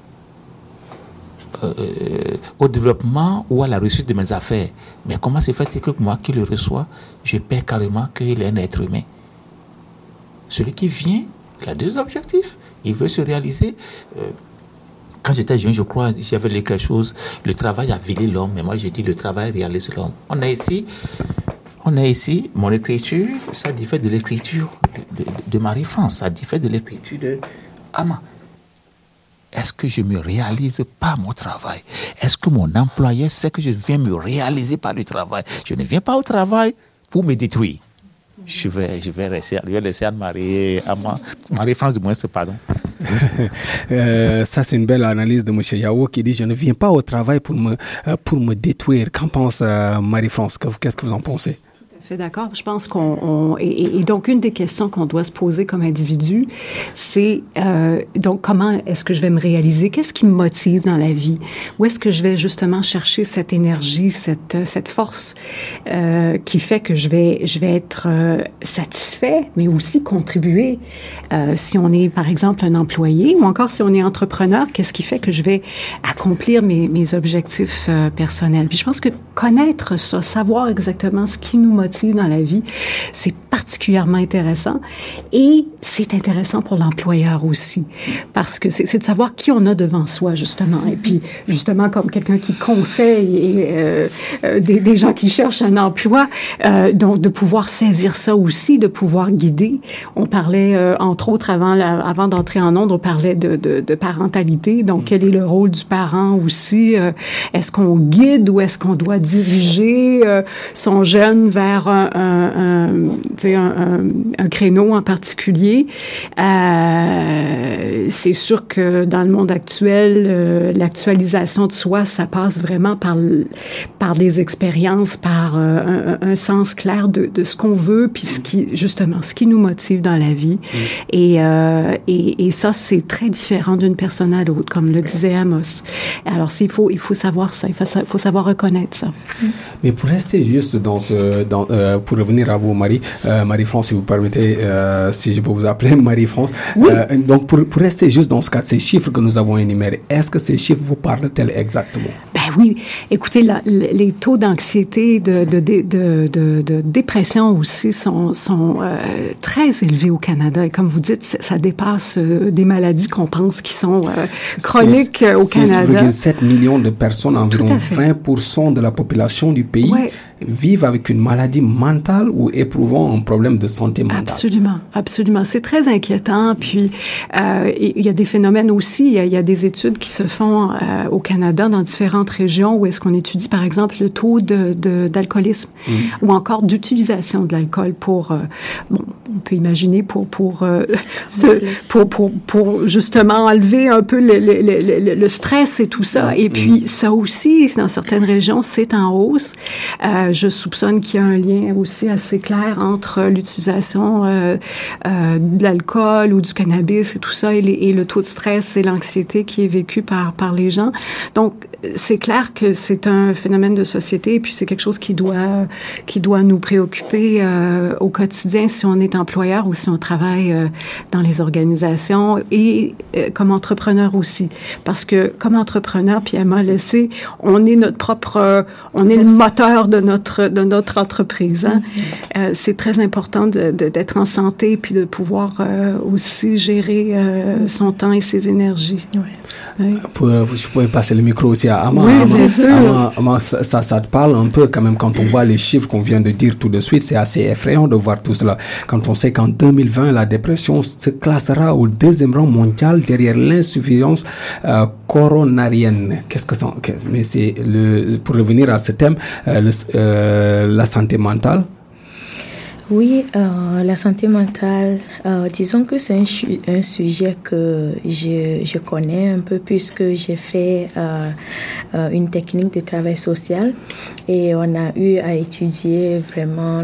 au développement ou à la réussite de mes affaires. Mais comment se fait-il que moi qui le reçois, je perds carrément qu'il est un être humain? Celui qui vient, il a 2 objectifs. Il veut se réaliser. Quand j'étais jeune, je crois, j'avais lu quelque chose, le travail a vilé l'homme, mais moi je dis le travail réalise l'homme. On est ici, mon écriture, ça diffère de l'écriture de Marie-France, ça diffère de l'écriture de Ama. Est-ce que je me réalise par mon travail? Est-ce que mon employeur sait que je viens me réaliser par le travail? Je ne viens pas au travail pour me détruire. Je vais laisser Anne-Marie, Marie-France du moins, pardon. Ça, c'est une belle analyse de M. Yao qui dit « Je ne viens pas au travail pour me détruire ». Qu'en pense Marie-France? Qu'est-ce que vous en pensez? D'accord. Je pense et donc une des questions qu'on doit se poser comme individu, c'est donc comment est-ce que je vais me réaliser? Qu'est-ce qui me motive dans la vie? Où est-ce que je vais justement chercher cette énergie, cette force qui fait que je vais être satisfait, mais aussi contribuer. Si on est par exemple un employé ou encore si on est entrepreneur, qu'est-ce qui fait que je vais accomplir mes objectifs personnels? Puis je pense que connaître ça, savoir exactement ce qui nous motive dans la vie, c'est particulièrement intéressant et c'est intéressant pour l'employeur aussi parce que c'est de savoir qui on a devant soi justement et puis justement comme quelqu'un qui conseille des gens qui cherchent un emploi, donc de pouvoir saisir ça aussi, de pouvoir guider. On parlait entre autres avant d'entrer en ondes, on parlait de parentalité, donc quel est le rôle du parent aussi? Est-ce qu'on guide ou est-ce qu'on doit diriger son jeune vers un créneau en particulier. C'est sûr que dans le monde actuel, l'actualisation de soi, ça passe vraiment par des expériences, par un sens clair de ce qu'on veut, puis ce qui nous motive dans la vie. Et ça, c'est très différent d'une personne à l'autre, comme le disait Amos. Alors, il faut savoir ça, il faut savoir reconnaître ça. Mais pour rester juste pour revenir à vous, Marie-France, si vous permettez, si je peux vous appeler Marie-France. Oui. Donc, pour rester juste dans ce cas, ces chiffres que nous avons énumérés, est-ce que ces chiffres vous parlent-ils exactement? Ben oui. Écoutez, les taux d'anxiété, de dépression aussi sont très élevés au Canada. Et comme vous dites, ça dépasse des maladies qu'on pense qui sont chroniques au Canada. 6,7 millions de personnes, environ 20% de la population du pays, vivent avec une maladie mentale ou éprouvant un problème de santé mentale. Absolument. C'est très inquiétant. Puis, il y a des phénomènes aussi. Il y a des études qui se font au Canada dans différentes régions où est-ce qu'on étudie, par exemple, le taux d'alcoolisme ou encore d'utilisation de l'alcool pour, on peut imaginer pour justement enlever un peu le stress et tout ça. Et puis, ça aussi, dans certaines régions, c'est en hausse. Je soupçonne qu'il y a un lien aussi assez clair entre l'utilisation de l'alcool ou du cannabis et tout ça et le taux de stress et l'anxiété qui est vécu par les gens. Donc, c'est clair que c'est un phénomène de société et puis c'est quelque chose qui doit nous préoccuper au quotidien si on est employeur ou si on travaille dans les organisations et comme entrepreneur aussi. Parce que comme entrepreneur, puis Emma le sait, on est on est le moteur de notre entreprise. Hein? C'est très important d'être en santé puis de pouvoir aussi gérer son temps et ses énergies. Oui. Je pourrais passer le micro aussi à Ama. Oui, bien sûr. Ama, ça te parle un peu quand même quand on voit les chiffres qu'on vient de dire tout de suite. C'est assez effrayant de voir tout cela. Quand on sait qu'en 2020, la dépression se classera au 2e rang mondial derrière l'insuffisance coronarienne. Qu'est-ce que ça? Mais c'est pour revenir à ce thème, la santé mentale. Oui, la santé mentale, disons que c'est un sujet que je connais un peu puisque j'ai fait une technique de travail social et on a eu à étudier vraiment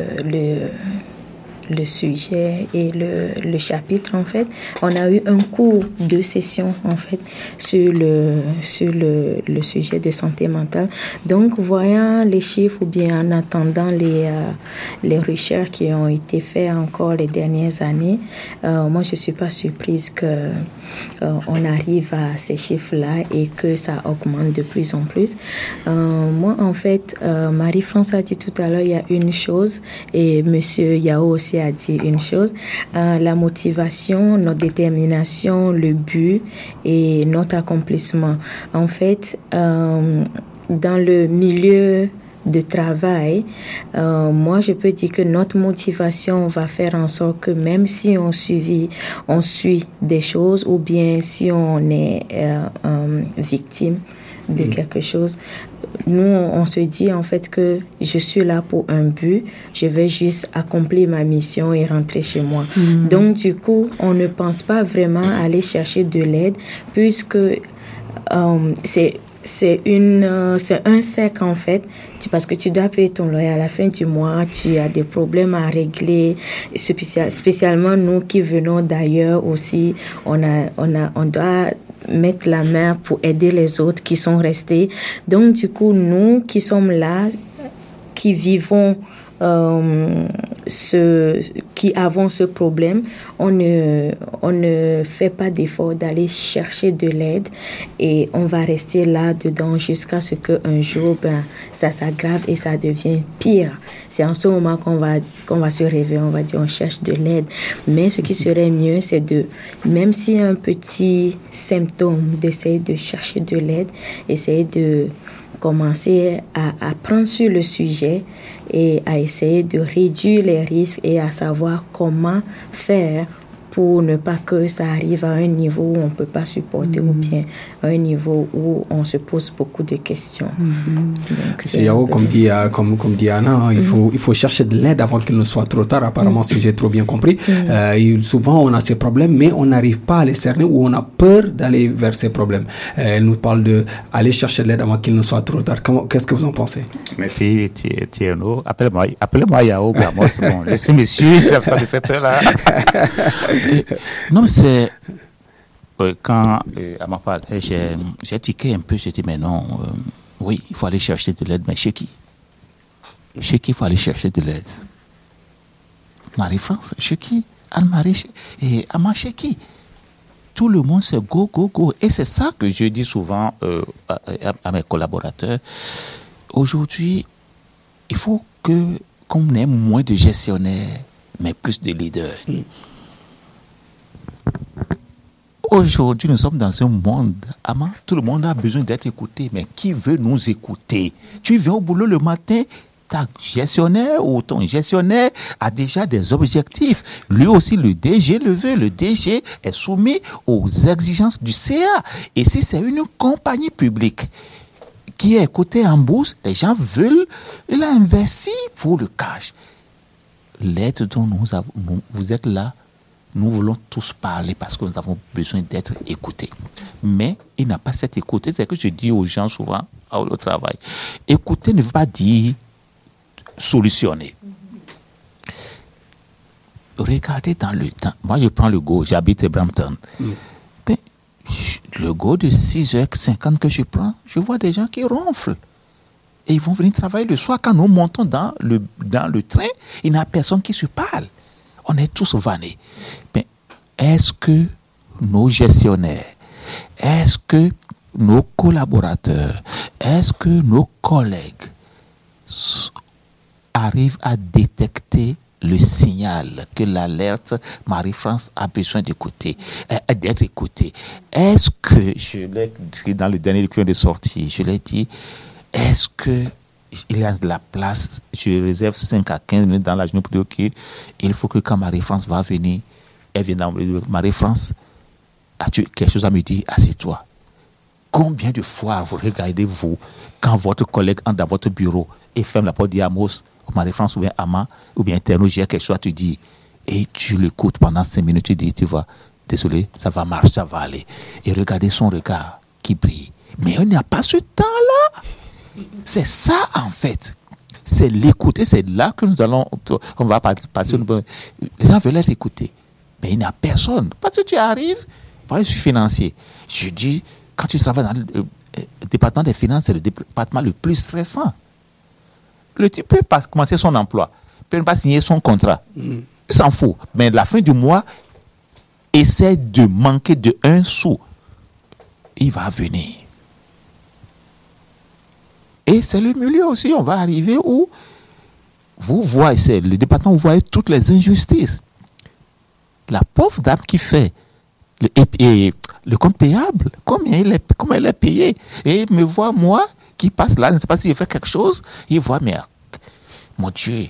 le sujet et le chapitre en fait. On a eu un cours de session en fait sur le sujet de santé mentale. Donc voyant les chiffres ou bien en attendant les recherches qui ont été faites encore les dernières années, moi je suis pas surprise que on arrive à ces chiffres-là et que ça augmente de plus en plus. Moi en fait, Marie-France a dit tout à l'heure, il y a une chose et Monsieur Yao aussi a dit une chose, la motivation, notre détermination, le but et notre accomplissement. En fait, dans le milieu de travail, moi je peux dire que notre motivation va faire en sorte que même si on suit des choses ou bien si on est victime de quelque chose, nous on se dit en fait que je suis là pour un but, je vais juste accomplir ma mission et rentrer chez moi. Donc du coup on ne pense pas vraiment aller chercher de l'aide puisque c'est un cercle en fait, parce que tu dois payer ton loyer à la fin du mois, tu as des problèmes à régler, spécialement nous qui venons d'ailleurs aussi, on doit mettre la main pour aider les autres qui sont restés. Donc du coup nous qui sommes là, qui vivons qui avons ce problème, on ne fait pas d'effort d'aller chercher de l'aide et on va rester là dedans jusqu'à ce qu'un jour ça s'aggrave et ça devient pire. C'est en ce moment qu'on va se réveiller, on va dire on cherche de l'aide. Mais ce qui serait mieux, c'est même s'il y a un petit symptôme, d'essayer de chercher de l'aide, essayer de commencer à prendre sur le sujet et à essayer de réduire les risques et à savoir comment faire pour ne pas que ça arrive à un niveau où on ne peut pas supporter ou bien à un niveau où on se pose beaucoup de questions. C'est Yao, comme dit Anna, il faut chercher de l'aide avant qu'il ne soit trop tard, apparemment, si j'ai trop bien compris. Souvent, on a ces problèmes, mais on n'arrive pas à les cerner ou on a peur d'aller vers ces problèmes. Elle nous parle d'aller chercher de l'aide avant qu'il ne soit trop tard. Qu'est-ce que vous en pensez? Merci, Tierno. Appelez-moi Yao Gamos. Bon, laissez monsieur, ça me fait peur là. Non, c'est quand elle m'a parlé, j'ai tiqué un peu, j'ai dit mais non, oui, il faut aller chercher de l'aide, mais chez qui? Chez qui il faut aller chercher de l'aide? Marie-France, chez qui? Anne-Marie, et Ama, chez qui? Tout le monde c'est go, go, go. Et c'est ça que je dis souvent à mes collaborateurs. Aujourd'hui, il faut qu'on ait moins de gestionnaires, mais plus de leaders. Aujourd'hui, nous sommes dans un monde, Ama, tout le monde a besoin d'être écouté, mais qui veut nous écouter? Tu viens au boulot le matin, ta gestionnaire ou ton gestionnaire a déjà des objectifs. Lui aussi, le DG le veut. Le DG est soumis aux exigences du CA. Et si c'est une compagnie publique qui est cotée en bourse, les gens veulent l'investir pour le cash. L'aide dont vous êtes là, nous voulons tous parler parce que nous avons besoin d'être écoutés. Mais il n'a pas cette écoute. C'est ce que je dis aux gens souvent au travail. Écouter ne veut pas dire solutionner. Regardez dans le temps. Moi, je prends le GO, j'habite à Brampton. Ben, le GO de 6h50 que je prends, je vois des gens qui ronflent. Et ils vont venir travailler le soir. Quand nous montons dans le train, il n'y a personne qui se parle. On est tous vannés. Mais est-ce que nos gestionnaires, est-ce que nos collaborateurs, est-ce que nos collègues arrivent à détecter le signal que l'alerte Marie-France a besoin d'écouter, d'être écoutée? Est-ce que, je l'ai dit dans le dernier document de sortie, je l'ai dit, est-ce que il y a de la place, je réserve 5 à 15 minutes dans la journée pour dire ok, il faut que quand Marie-France va venir, elle vient dans Marie-France, as-tu quelque chose à me dire? Assieds-toi. Combien de fois vous regardez, vous, quand votre collègue entre dans votre bureau et ferme la porte d'Amos, Marie-France ou bien Ama, ou bien Terno, j'ai quelque chose à te dire, et tu l'écoutes pendant 5 minutes, tu dis, tu vois, désolé, ça va marcher, ça va aller. Et regardez son regard qui brille. Mais il n'y a pas ce temps-là. C'est ça, en fait. C'est l'écouter, c'est là que on va passer. Les gens veulent être écoutés. Mais il n'y a personne. Parce que tu arrives, je suis financier. Je dis, quand tu travailles dans le département des finances, c'est le département le plus stressant. Le type peut pas commencer son emploi, peut ne pas signer son contrat. Il s'en fout. Mais à la fin du mois, essaie de manquer de 1 sou. Il va venir. Et c'est le milieu aussi, on va arriver où vous voyez, c'est le département où vous voyez toutes les injustices. La pauvre dame qui fait le compte payable, comment elle est payée. Et me voit, moi, qui passe là, je ne sais pas si je fais quelque chose, il voit, mais mon Dieu,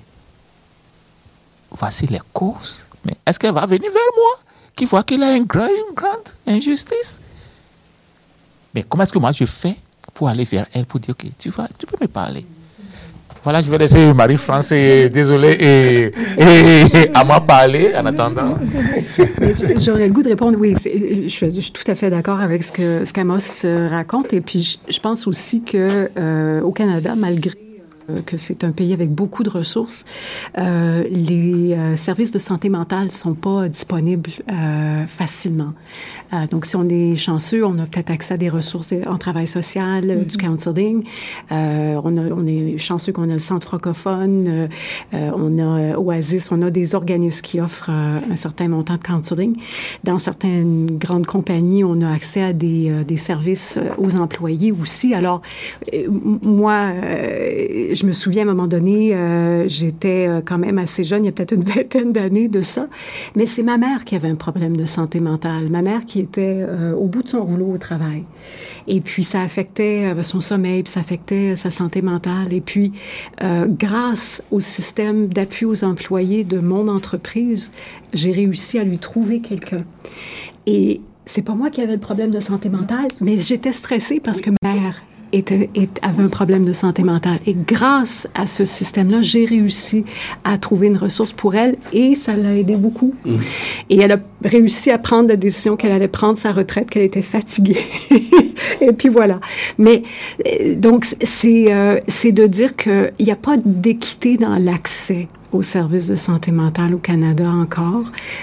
voici les causes. Mais est-ce qu'elle va venir vers moi, qui voit qu'il a une grande injustice? Mais comment est-ce que moi je fais pour aller vers elle, pour dire, ok, tu peux me parler. Voilà, je vais laisser Marie-France, désolé, et à moi parler en attendant. J'aurais le goût de répondre, oui, je suis tout à fait d'accord avec ce qu'Amos raconte, et puis je pense aussi que au Canada, malgré que c'est un pays avec beaucoup de ressources, les services de santé mentale sont pas disponibles facilement. Donc, si on est chanceux, on a peut-être accès à des ressources en travail social, du counseling. On est chanceux qu'on a le centre francophone, on a Oasis, on a des organismes qui offrent un certain montant de counseling. Dans certaines grandes compagnies, on a accès à des services aux employés aussi. Alors, moi, je me souviens, à un moment donné, j'étais quand même assez jeune, il y a peut-être une vingtaine d'années de ça, mais c'est ma mère qui avait un problème de santé mentale. Ma mère qui était au bout de son rouleau au travail. Et puis, ça affectait son sommeil, puis ça affectait sa santé mentale. Et puis, grâce au système d'appui aux employés de mon entreprise, j'ai réussi à lui trouver quelqu'un. Et c'est pas moi qui avais le problème de santé mentale, mais j'étais stressée parce que ma mère avait un problème de santé mentale. Et grâce à ce système-là, j'ai réussi à trouver une ressource pour elle et ça l'a aidé beaucoup. Et elle a réussi à prendre la décision qu'elle allait prendre sa retraite, qu'elle était fatiguée. Et puis voilà. Mais donc, c'est de dire qu'il n'y a pas d'équité dans l'accès aux services de santé mentale au Canada encore.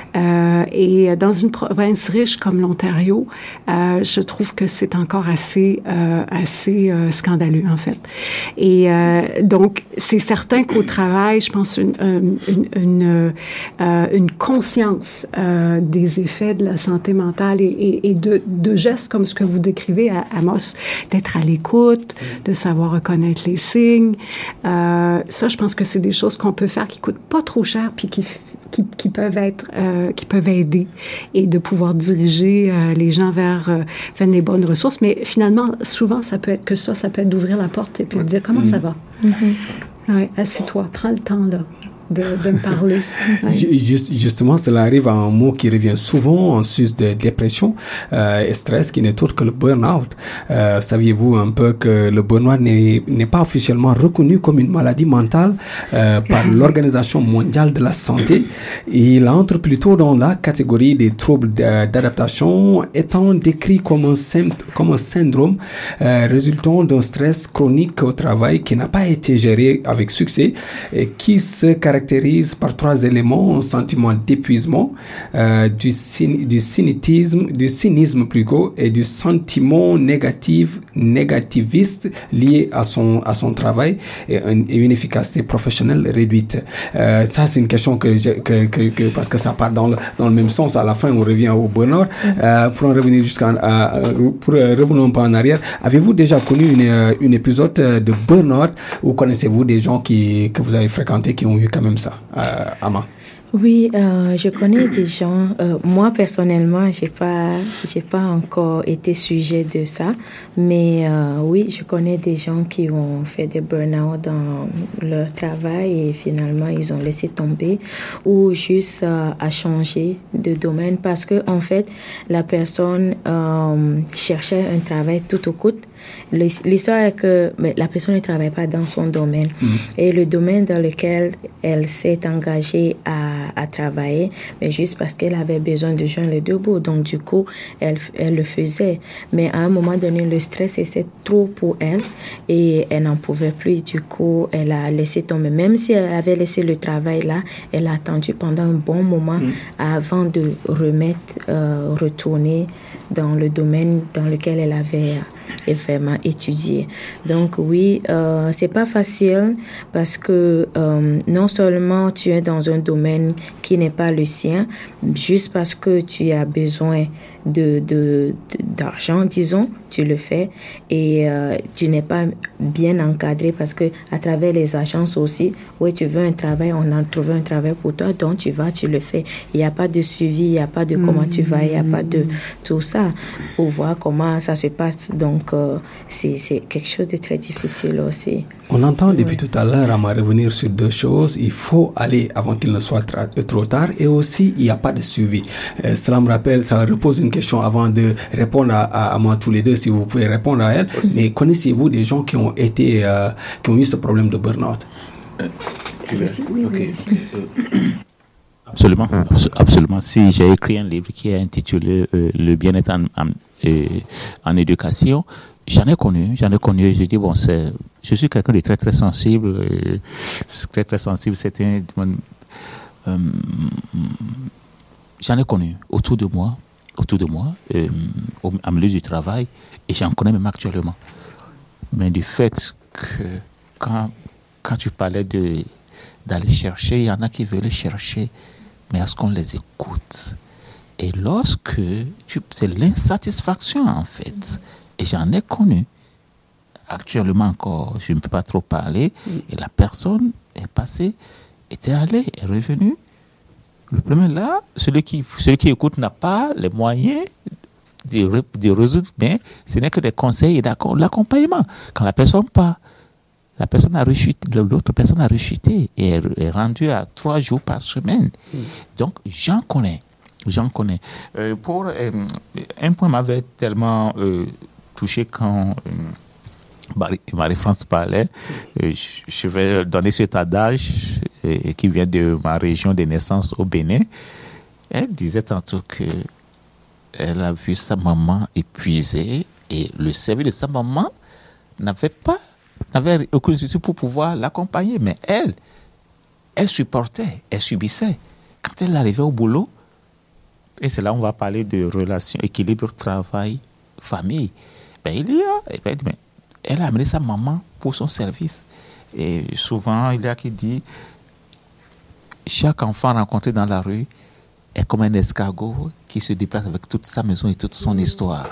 Et dans une province riche comme l'Ontario, je trouve que c'est encore assez scandaleux, en fait. Et donc, c'est certain qu'au travail, je pense une conscience des effets de la santé mentale et de gestes comme ce que vous décrivez, Amos, d'être à l'écoute, de savoir reconnaître les signes. Ça, je pense que c'est des choses qu'on peut faire qui coûtent pas trop cher puis qui peuvent aider et de pouvoir diriger les gens vers les bonnes ressources. Mais finalement, souvent, ça peut être que ça peut être d'ouvrir la porte et puis de dire comment ça va. Ouais, assieds-toi, prends le temps là. De me parler. Ouais. Justement, cela arrive à un mot qui revient souvent en sus de dépression et stress, qui n'est autre que le burn-out. Saviez-vous un peu que le burn-out n'est pas officiellement reconnu comme une maladie mentale par l'Organisation mondiale de la santé? Il entre plutôt dans la catégorie des troubles d'adaptation, étant décrit comme un syndrome résultant d'un stress chronique au travail qui n'a pas été géré avec succès et qui se caractérise par trois éléments: un sentiment d'épuisement, du cynisme plutôt, et du sentiment négativiste lié à son travail et une efficacité professionnelle réduite. Ça, c'est une question que parce que ça part dans le même sens. À la fin, on revient au burn-out. Pour en revenir revenons un peu en arrière. Avez-vous déjà connu une épisode de burn-out, ou connaissez-vous des gens que vous avez fréquentés qui ont eu quand même ça, Ama? Oui, je connais des gens. Moi, personnellement, j'ai pas encore été sujet de ça. Mais oui, je connais des gens qui ont fait des burn-out dans leur travail et finalement, ils ont laissé tomber ou juste à changer de domaine parce que, en fait, la personne cherchait un travail tout au coût. L'histoire est que la personne ne travaille pas dans son domaine. Et le domaine dans lequel elle s'est engagée à travailler, mais juste parce qu'elle avait besoin de joindre les deux bouts. Donc, du coup, elle le faisait. Mais à un moment donné, le stress, c'était trop pour elle et elle n'en pouvait plus. Du coup, elle a laissé tomber. Même si elle avait laissé le travail là, elle a attendu pendant un bon moment avant de retourner dans le domaine dans lequel elle avait vraiment étudié. Donc oui, c'est pas facile parce que non seulement tu es dans un domaine qui n'est pas le sien, juste parce que tu as besoin d'argent, disons, tu le fais et tu n'es pas bien encadré parce que à travers les agences aussi, oui, tu veux un travail, on a trouvé un travail pour toi, donc tu vas, tu le fais. Il n'y a pas de suivi, il n'y a pas de comment tu vas, il n'y a pas de tout ça pour voir comment ça se passe. Donc, c'est quelque chose de très difficile aussi. On entend depuis tout à l'heure, à revenir sur deux choses. Il faut aller avant qu'il ne soit trop tard et aussi, il n'y a pas de suivi. Cela me rappelle, ça repose une question avant de répondre à moi tous les deux, si vous pouvez répondre à elle. Mais connaissez-vous des gens qui ont eu ce problème de burn-out? Oui. Absolument. Si j'ai écrit un livre qui est intitulé Le bien-être en éducation, j'en ai connu. Je dis je suis quelqu'un de très très sensible. Très sensible. J'en ai connu autour de moi, au milieu du travail, et j'en connais même actuellement. Mais du fait que quand tu parlais d'aller chercher, il y en a qui veulent chercher, mais est-ce qu'on les écoute? Et c'est l'insatisfaction en fait. Et j'en ai connu. actuellement encore, je ne peux pas trop parler, et la personne est passée, était allée, est revenue. Le problème là, celui qui écoute n'a pas les moyens de résoudre, mais ce n'est que des conseils et l'accompagnement. Quand la personne part, la personne a rechuté, l'autre personne a rechuté et est rendue à 3 jours par semaine. Donc, j'en connais. Pour un point m'avait tellement touché quand Marie-France parlait. Je vais donner cet adage qui vient de ma région de naissance au Bénin. Elle disait tantôt que elle a vu sa maman épuisée et le service de sa maman n'avait aucune utilité pour pouvoir l'accompagner. Mais elle supportait, elle subissait. Quand elle arrivait au boulot, et c'est là où on va parler de relation, équilibre, travail, famille, elle a amené sa maman pour son service. Et souvent, il y a qui dit, chaque enfant rencontré dans la rue est comme un escargot qui se déplace avec toute sa maison et toute son histoire.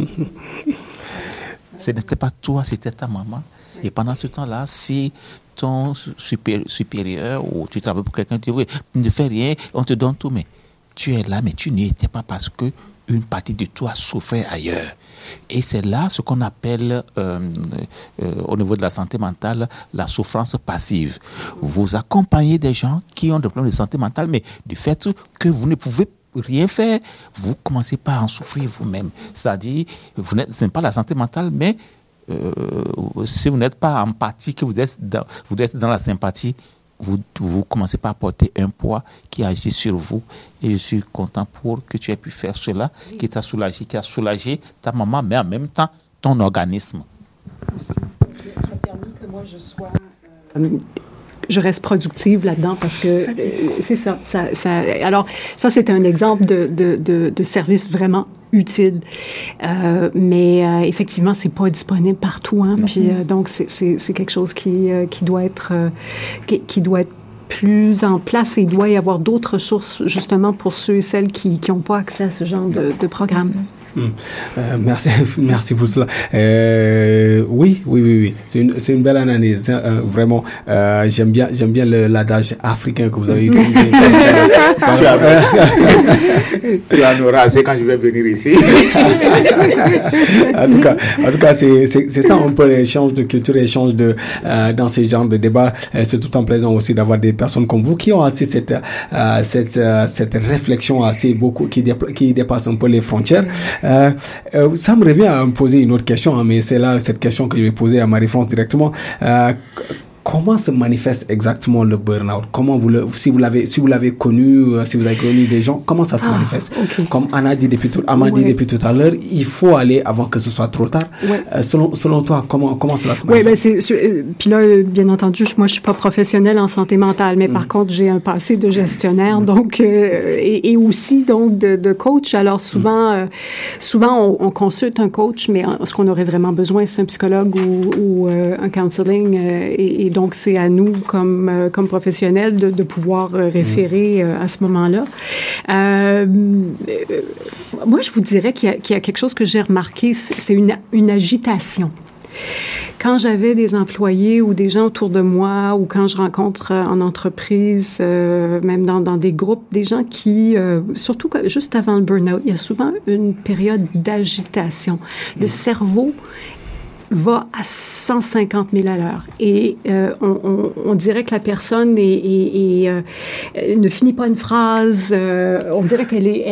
Ce n'était pas toi, c'était ta maman. Et pendant ce temps-là, si ton supérieur ou tu travailles pour quelqu'un, tu dis, oui, tu ne fais rien, on te donne tout, mais tu es là, mais tu n'y étais pas parce que une partie de toi souffrait ailleurs. Et c'est là ce qu'on appelle, au niveau de la santé mentale, la souffrance passive. Vous accompagnez des gens qui ont des problèmes de santé mentale, mais du fait que vous ne pouvez rien faire, vous commencez par en souffrir vous-même. C'est-à-dire, ce n'est pas la santé mentale, mais si vous n'êtes pas empathique, vous êtes dans la sympathie, vous commencez par porter un poids qui agit sur vous. Et je suis content pour que tu aies pu faire cela, qui a soulagé ta maman, mais en même temps ton organisme. Aussi, qui a permis que moi je reste productive là-dedans parce que c'est ça. Alors, ça, c'est un exemple de service vraiment utile. Mais effectivement, c'est pas disponible partout. Hein, puis, donc, c'est quelque chose qui doit être plus en place et il doit y avoir d'autres ressources justement pour ceux et celles qui n'ont pas accès à ce genre de programme. Merci pour cela. Oui. C'est une belle analyse. Vraiment, j'aime bien l'adage africain que vous avez utilisé. Tu vas nous raser quand je vais venir ici. En tout cas, c'est ça un peu l'échange de culture, l'échange dans ces genres de débats. C'est tout en plaisant aussi d'avoir des personnes comme vous qui ont assez cette réflexion assez beaucoup qui dépasse un peu les frontières. Ça me revient à me poser une autre question, hein, mais c'est là cette question que je vais poser à Marie-France directement. Comment se manifeste exactement le burn-out? Si vous l'avez connu, si vous avez connu des gens, comment ça se manifeste? Okay. Comme Anna dit depuis tout à l'heure, il faut aller avant que ce soit trop tard. Ouais. Selon toi, comment cela se manifeste? Puis là, bien entendu, moi, je suis pas professionnelle en santé mentale, mais par contre, j'ai un passé de gestionnaire, donc et aussi donc de coach. Alors souvent, on consulte un coach, mais ce qu'on aurait vraiment besoin, c'est un psychologue ou un counseling et donc, c'est à nous, comme professionnels, de pouvoir référer à ce moment-là. Moi, je vous dirais qu'il y a quelque chose que j'ai remarqué, c'est une agitation. Quand j'avais des employés ou des gens autour de moi, ou quand je rencontre en entreprise, même dans des groupes, des gens qui, surtout juste avant le burn-out, il y a souvent une période d'agitation. Le cerveau va à 150 000 à l'heure. Et on dirait que la personne ne finit pas une phrase. On dirait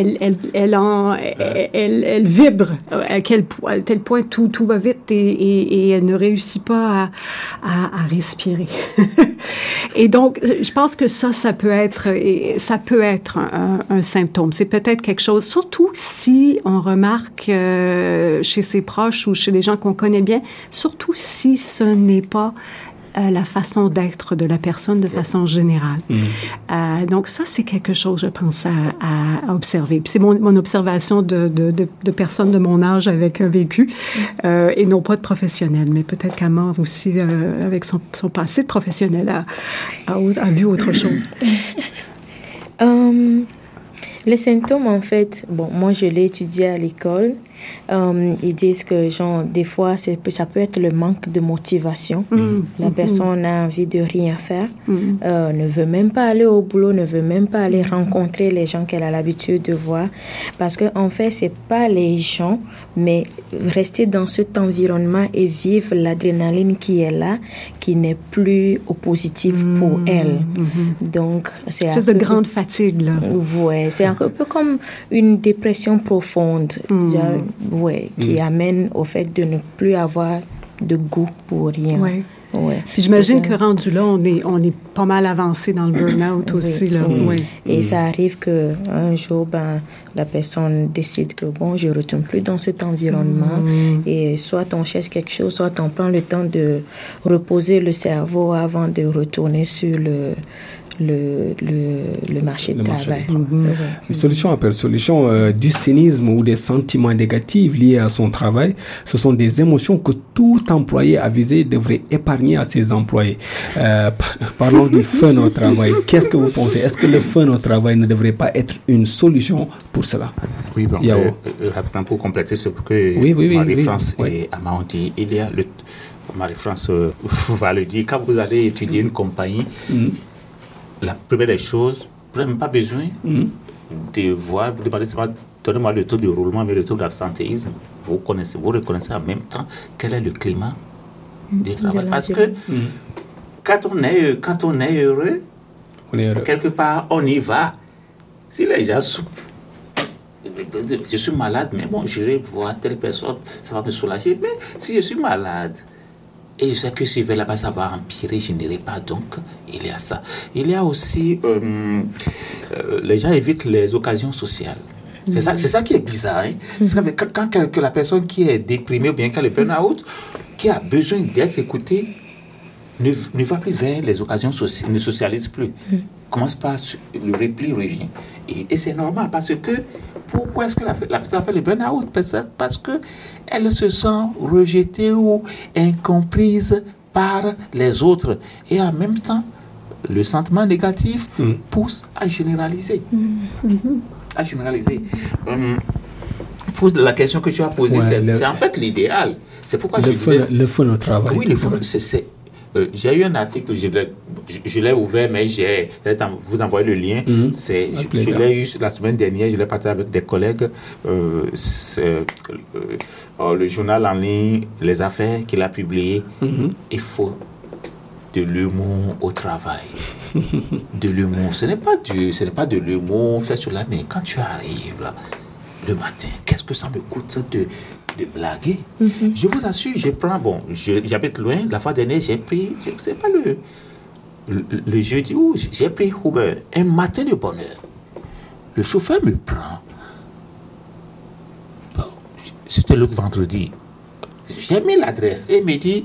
elle vibre à tel point tout va vite et elle ne réussit pas à respirer. Et donc, je pense que ça peut être un symptôme. C'est peut-être quelque chose, surtout si on remarque chez ses proches ou chez des gens qu'on connaît bien, surtout si ce n'est pas la façon d'être de la personne de façon générale. Donc ça, c'est quelque chose, je pense, à observer. Puis c'est mon observation de personnes de mon âge avec un vécu et non pas de professionnels, mais peut-être qu'Amar aussi, avec son passé de professionnel, a vu autre chose. Les symptômes, en fait, moi, je l'ai étudié à l'école Ils disent que genre, des fois, ça peut être le manque de motivation. La personne a envie de rien faire, ne veut même pas aller au boulot, ne veut même pas aller rencontrer les gens qu'elle a l'habitude de voir. Parce qu'en fait, c'est pas les gens, mais rester dans cet environnement et vivre l'adrénaline qui est là, qui n'est plus au positif pour elle. Donc, c'est de grande fatigue, là. Ouais, c'est un peu comme une dépression profonde, qui amène au fait de ne plus avoir de goût pour rien. Ouais. Ouais. Puis j'imagine que rendu là, on est pas mal avancé dans le burn-out aussi, là. Oui. Et ça arrive que un jour, la personne décide que je retourne plus dans cet environnement, et soit on cherche quelque chose, soit on prend le temps de reposer le cerveau avant de retourner sur le marché du travail. Une solution appelle solution du cynisme ou des sentiments négatifs liés à son travail. Ce sont des émotions que tout employé avisé devrait épargner à ses employés. Parlons du fun au travail. Qu'est-ce que vous pensez? Est-ce que le fun au travail ne devrait pas être une solution pour cela? Oui, rapidement pour compléter ce que Marie-France et Ama ont dit, il y a Marie-France va le dire, quand vous allez étudier une compagnie, la première des choses, vous n'avez même pas besoin de voir, vous demandez seulement, donnez-moi le taux de roulement, mais le taux d'absentéisme, vous reconnaissez en même temps quel est le climat du travail. Parce que quand on est heureux, quelque part, on y va. Si les gens souffrent, je suis malade, mais j'irai voir telle personne, ça va me soulager. Mais si je suis malade, et je sais que si je vais là-bas, ça va empirer, je n'irai pas. Donc, il y a ça. Il y a aussi, les gens évitent les occasions sociales. C'est ça qui est bizarre. Hein? Quand la personne qui est déprimée ou bien qui a le burn-out, qui a besoin d'être écoutée, ne va plus vers les occasions sociales, ne socialise plus. Commence par le repli revient. Et c'est normal parce que pourquoi est-ce que la personne fait le burn-out? Parce qu'elle se sent rejetée ou incomprise par les autres. Et en même temps, le sentiment négatif pousse à généraliser. À généraliser. Pour la question que tu as posée, c'est en fait l'idéal. C'est pourquoi le fun au travail. Oui, le fun, c'est j'ai eu un article, je l'ai ouvert, mais vous envoyez le lien. Je l'ai eu la semaine dernière, je l'ai partagé avec des collègues. Le journal en ligne, Les Affaires, qu'il a publié. Il faut de l'humour au travail. De l'humour. Ce n'est pas de l'humour fait sur la main. Quand tu arrives là, le matin, qu'est-ce que ça me coûte de blaguer? Je vous assure, j'habite loin. La fois dernière, j'ai pris, c'est pas le jeudi où j'ai pris Uber, un matin de bonne heure. Le chauffeur me prend. C'était l'autre vendredi. J'ai mis l'adresse et il me dit,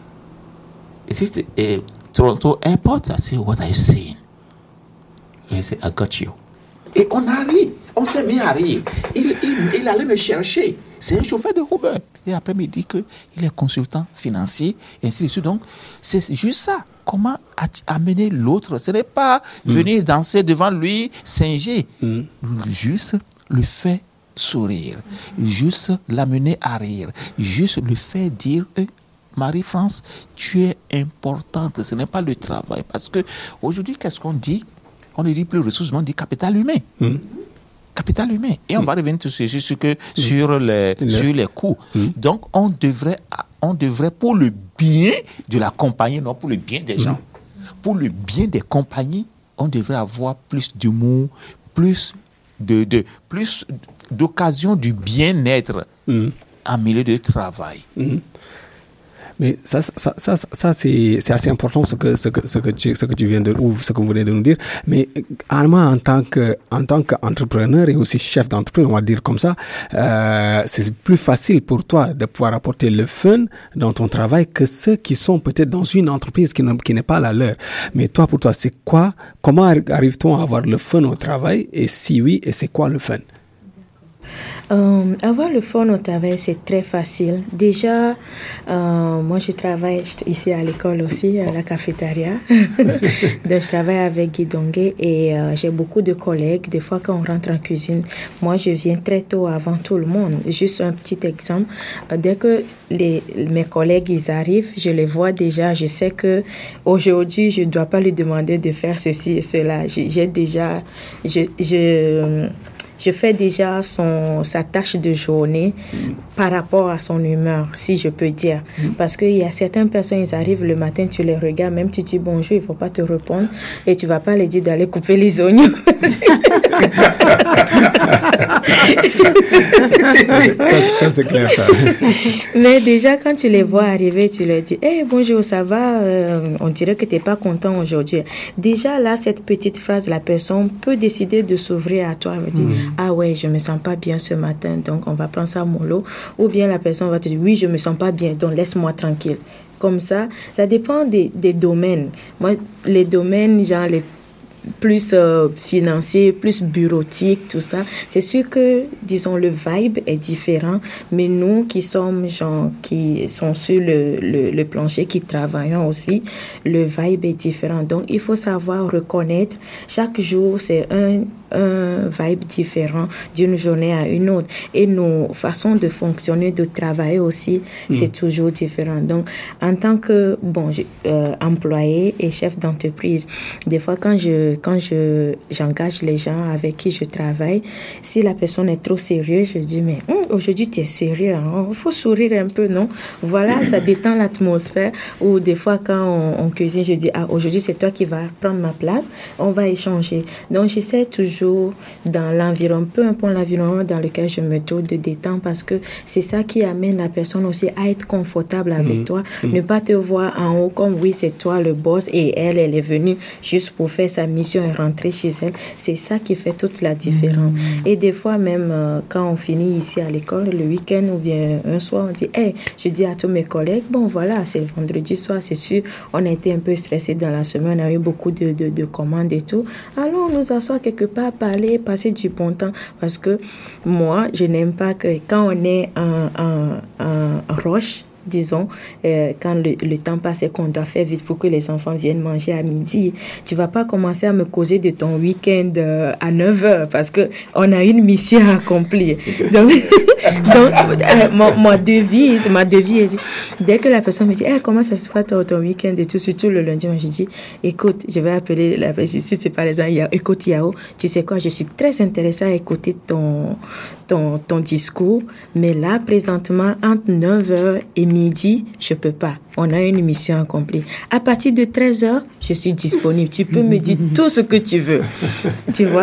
Toronto Airport. I said, what are you saying? Il dit, I got you. Et on arrive, on s'est mis à rire. Il allait me chercher. C'est un chauffeur de Uber. Et après, il me dit qu'il est consultant financier, et ainsi de suite. Donc, c'est juste ça. Comment amener l'autre? Ce n'est pas venir danser devant lui, singer. Juste le fait sourire. Juste l'amener à rire. Juste le fait dire Marie-France, tu es importante. Ce n'est pas le travail. Parce que aujourd'hui, qu'est-ce qu'on dit? On ne dit plus ressources, on dit capital humain. Capital humain. Et on va revenir sur les coûts. Donc, on devrait, pour le bien de la compagnie, non pour le bien des gens, pour le bien des compagnies, on devrait avoir plus d'humour, plus d'occasion du bien-être en milieu de travail. Mais ça c'est assez important ce que tu viens de, ou ce que vous venez de nous dire. Mais Armand, en tant qu'entrepreneur et aussi chef d'entreprise, on va dire comme ça, c'est plus facile pour toi de pouvoir apporter le fun dans ton travail que ceux qui sont peut-être dans une entreprise qui n'est pas la leur. Mais toi, pour toi, c'est quoi? Comment arrive-t-on à avoir le fun au travail? Et si oui, et c'est quoi le fun? Avoir le fun au travail, c'est très facile. Déjà, moi, je travaille ici à l'école aussi, à la cafétéria. Donc, je travaille avec Guy Dongué et j'ai beaucoup de collègues. Des fois, quand on rentre en cuisine, moi, je viens très tôt avant tout le monde. Juste un petit exemple. Dès que mes collègues, ils arrivent, je les vois déjà. Je sais que aujourd'hui, je ne dois pas lui demander de faire ceci et cela. J'ai déjà... Je fais déjà sa tâche de journée par rapport à son humeur, si je peux dire. Parce qu'il y a certaines personnes, ils arrivent le matin, tu les regardes, même tu dis bonjour, il ne faut pas te répondre et tu ne vas pas les dire d'aller couper les oignons. ça, c'est clair, ça. Mais déjà, quand tu les vois arriver, tu leur dis hey, bonjour, ça va? On dirait que tu n'es pas content aujourd'hui. Déjà, là, cette petite phrase, la personne peut décider de s'ouvrir à toi. Elle va dire ah ouais, je me sens pas bien ce matin, donc on va prendre ça mollo. Ou bien la personne va te dire oui, je me sens pas bien, donc laisse-moi tranquille. Comme ça dépend des domaines. Moi, les domaines, genre les plus financier, plus bureautique, tout ça. C'est sûr que, disons, le vibe est différent, mais nous qui sommes qui sont sur le plancher, qui travaillons aussi, le vibe est différent. Donc, il faut savoir reconnaître, chaque jour, c'est un vibe différent d'une journée à une autre. Et nos façons de fonctionner, de travailler aussi, c'est toujours différent. Donc, en tant que employé et chef d'entreprise, des fois, quand j'engage les gens avec qui je travaille, si la personne est trop sérieuse, je dis, mais aujourd'hui, tu es sérieux, il faut sourire un peu, non? Voilà, ça détend l'atmosphère. Ou des fois, quand on cuisine, je dis, aujourd'hui, c'est toi qui vas prendre ma place, on va échanger. Donc, j'essaie toujours dans l'environnement, peu importe l'environnement dans lequel je me trouve, de détendre, parce que c'est ça qui amène la personne aussi à être confortable avec toi, ne pas te voir en haut comme oui, c'est toi le boss et elle est venue juste pour faire sa mission et rentrer chez elle. C'est ça qui fait toute la différence. Et des fois même, quand on finit ici à l'école, le week-end ou bien un soir, on dit, hey, je dis à tous mes collègues, bon voilà, c'est le vendredi soir, c'est sûr, on a été un peu stressé dans la semaine, on a eu beaucoup de commandes et tout. Alors, on nous assoit quelque part, parler, passer du bon temps, parce que moi, je n'aime pas que quand on est en rush, disons, quand le temps passe et qu'on doit faire vite pour que les enfants viennent manger à midi, tu vas pas commencer à me causer de ton week-end à 9h parce que on a une mission à accomplir. Donc ma devise, dès que la personne me dit comment ça se passe ton week-end et tout, surtout le lundi, moi je dis, écoute, je vais appeler la personne, si c'est par exemple, écoute Yao, tu sais quoi, je suis très intéressée à écouter ton discours, mais là, présentement, entre 9h et midi, je peux pas. On a une mission accomplie. À partir de 13h, je suis disponible. Tu peux me dire tout ce que tu veux. Tu vois?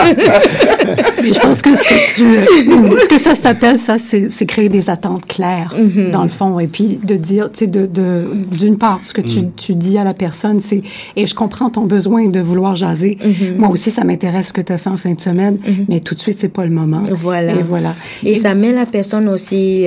Mais je pense que ce que ça s'appelle, ça, c'est créer des attentes claires, dans le fond. Et puis, de dire, tu sais, d'une part, ce que tu dis à la personne, c'est, et je comprends ton besoin de vouloir jaser. Moi aussi, ça m'intéresse ce que tu as fait en fin de semaine, mais tout de suite, c'est pas le moment. Voilà. Et voilà. Et ça met la personne aussi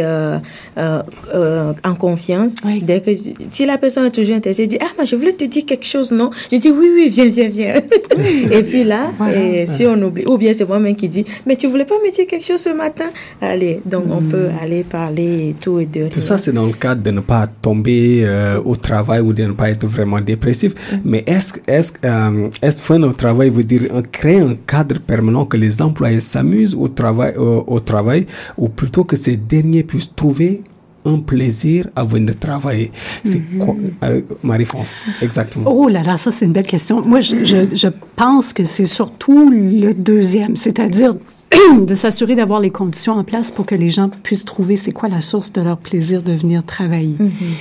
en confiance. Oui. Dès que si la personne est toujours intéressée, elle dit mais je voulais te dire quelque chose, non? Je dis oui, viens. Et puis là, voilà, si on oublie, ou bien c'est moi-même qui dis mais tu voulais pas me dire quelque chose ce matin? Allez, donc on peut aller parler et tout et de rien. Tout ça, c'est dans le cadre de ne pas tomber au travail ou de ne pas être vraiment dépressif. Mais est-ce fun au travail veut dire créer un cadre permanent que les employés s'amusent au travail, ou plutôt que ces derniers puissent trouver un plaisir à venir travailler? C'est quoi, Marie-France, exactement? Oh là là, ça c'est une belle question. Moi, je pense que c'est surtout le deuxième, c'est-à-dire de s'assurer d'avoir les conditions en place pour que les gens puissent trouver c'est quoi la source de leur plaisir de venir travailler.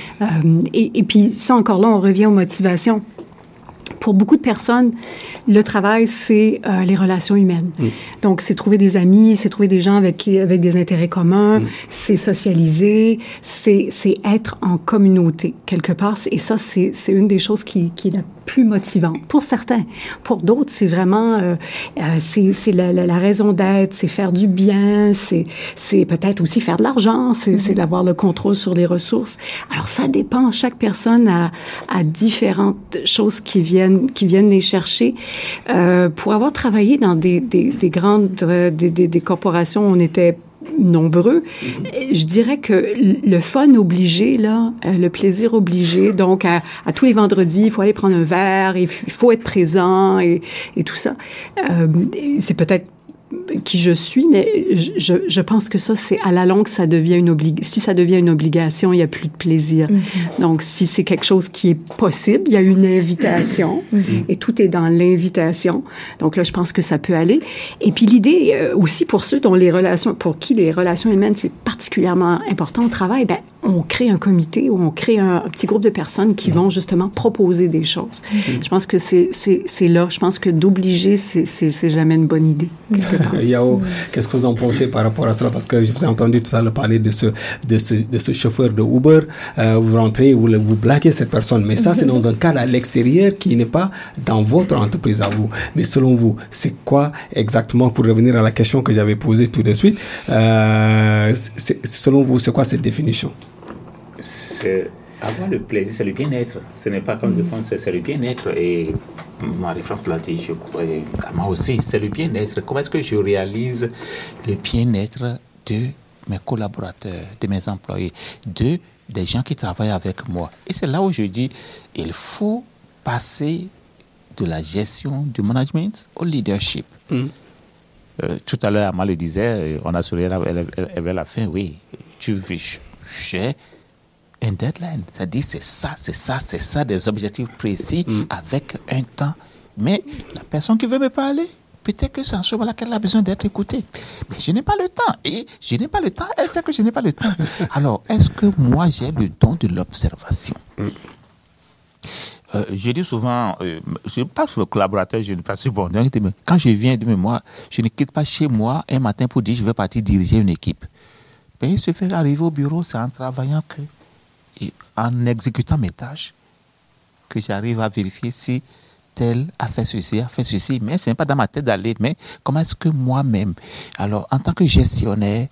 Et puis ça, encore là, on revient aux motivations. Pour beaucoup de personnes, le travail, c'est les relations humaines. Donc, c'est trouver des amis, c'est trouver des gens avec des intérêts communs, c'est socialiser, c'est être en communauté, quelque part. Et ça, c'est une des choses qui est la plus motivante pour certains. Pour d'autres, c'est vraiment c'est la raison d'être, c'est faire du bien, c'est peut-être aussi faire de l'argent, c'est d'avoir le contrôle sur les ressources. Alors, ça dépend. Chaque personne a différentes choses qui viennent les chercher. Pour avoir travaillé dans des grandes des corporations, on était nombreux. Je dirais que le fun obligé, là, le plaisir obligé, donc à tous les vendredis, il faut aller prendre un verre, il faut être présent et tout ça. C'est peut-être qui je suis, mais je pense que ça, c'est à la longue, ça devient si ça devient une obligation, il n'y a plus de plaisir. Donc, si c'est quelque chose qui est possible, il y a une invitation et tout est dans l'invitation. Donc là, je pense que ça peut aller. Et puis l'idée aussi pour ceux pour qui les relations humaines, c'est particulièrement important au travail, ben, on crée un comité ou on crée un petit groupe de personnes qui vont justement proposer des choses. Je pense que c'est là. Je pense que d'obliger, c'est jamais une bonne idée. Yao, qu'est-ce que vous en pensez par rapport à cela? Parce que je vous ai entendu tout à l'heure parler de ce chauffeur de Uber. Vous rentrez, vous blaguez cette personne. Mais ça, c'est dans un cadre à l'extérieur qui n'est pas dans votre entreprise à vous. Mais selon vous, c'est quoi exactement, pour revenir à la question que j'avais posée tout de suite, selon vous, c'est quoi cette définition? C'est avoir le plaisir, c'est le bien-être. Ce n'est pas comme le fond, c'est le bien-être. Et Marie-France l'a dit, je crois, moi aussi, c'est le bien-être. Comment est-ce que je réalise le bien-être de mes collaborateurs, de mes employés, des gens qui travaillent avec moi? Et c'est là où je dis, il faut passer de la gestion, du management au leadership. Tout à l'heure, Amma le disait, on a souri vers la fin, oui, j'ai un deadline, c'est-à-dire c'est ça, des objectifs précis avec un temps. Mais la personne qui veut me parler, peut-être que c'est en ce moment-là qu'elle a besoin d'être écoutée. Mais je n'ai pas le temps. Et je n'ai pas le temps, elle sait que je n'ai pas le temps. Alors, est-ce que moi, j'ai le don de l'observation? Je dis souvent, je parle sur le collaborateur, je ne passe pas bon. Quand je viens de moi, je ne quitte pas chez moi un matin pour dire je vais partir diriger une équipe. Mais il se fait arriver au bureau, c'est en travaillant en exécutant mes tâches, que j'arrive à vérifier si tel a fait ceci, mais ce n'est pas dans ma tête d'aller, mais comment est-ce que moi-même, alors en tant que gestionnaire,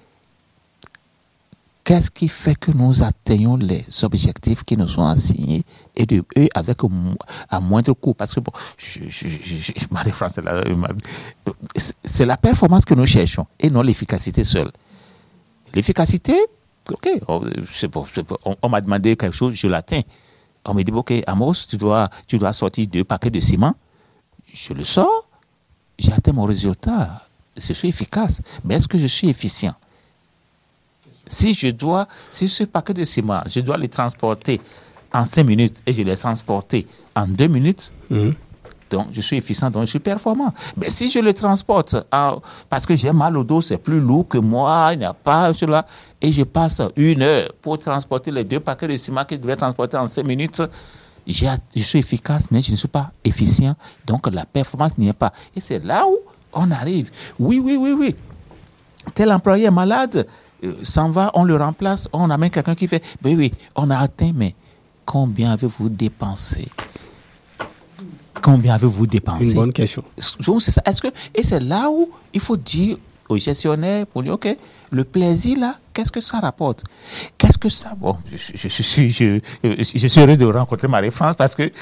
qu'est-ce qui fait que nous atteignons les objectifs qui nous sont assignés et avec à moindre coût? Parce que bon, Marie-France, c'est la performance que nous cherchons et non l'efficacité seule. L'efficacité, ok, c'est bon, on m'a demandé quelque chose, je l'atteins. On me dit, ok, Amos, tu dois sortir 2 paquets de ciment. Je le sors, j'ai atteint mon résultat. Je suis efficace. Mais est-ce que je suis efficient? Si ce paquet de ciment, je dois les transporter en 5 minutes et je les transporter en 2 minutes, donc je suis efficient, donc je suis performant. Mais si je le transporte parce que j'ai mal au dos, c'est plus lourd que moi, il n'y a pas cela, et je passe 1 heure pour transporter les 2 paquets de ciment que je devais transporter en 5 minutes, je suis efficace, mais je ne suis pas efficient, donc la performance n'y est pas. Et c'est là où on arrive. Oui. Tel employé est malade, s'en va, on le remplace, on amène quelqu'un qui fait, oui, on a atteint, mais combien avez-vous dépensé? Combien avez-vous dépensé? Une bonne question. Donc, c'est ça. Et c'est là où il faut dire au gestionnaire, pour dire, OK, le plaisir là, qu'est-ce que ça rapporte? Qu'est-ce que ça... Bon, je suis heureux de rencontrer Marie-France parce que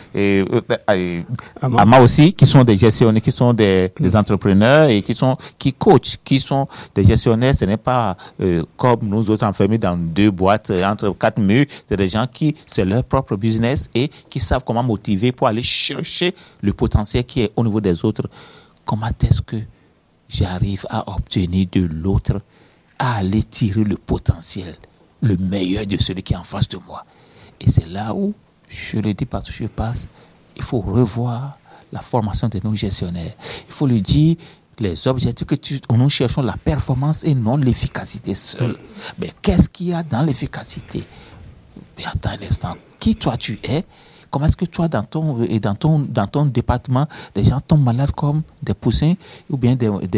Amma aussi, qui sont des gestionnaires, qui sont des entrepreneurs et qui coachent, qui sont des gestionnaires. Ce n'est pas comme nous autres enfermés dans 2 boîtes entre 4 murs. C'est des gens c'est leur propre business et qui savent comment motiver pour aller chercher le potentiel qui est au niveau des autres. Comment est-ce que j'arrive à obtenir de l'autre, à aller tirer le potentiel, le meilleur de celui qui est en face de moi? Et c'est là où, je le dis partout où je passe, il faut revoir la formation de nos gestionnaires. Il faut lui dire, les objectifs que nous cherchons, la performance et non l'efficacité seule. Mais qu'est-ce qu'il y a dans l'efficacité? Mais attends un instant, qui toi tu es? Comment est-ce que toi, dans ton département, des gens tombent malades comme des poussins ou bien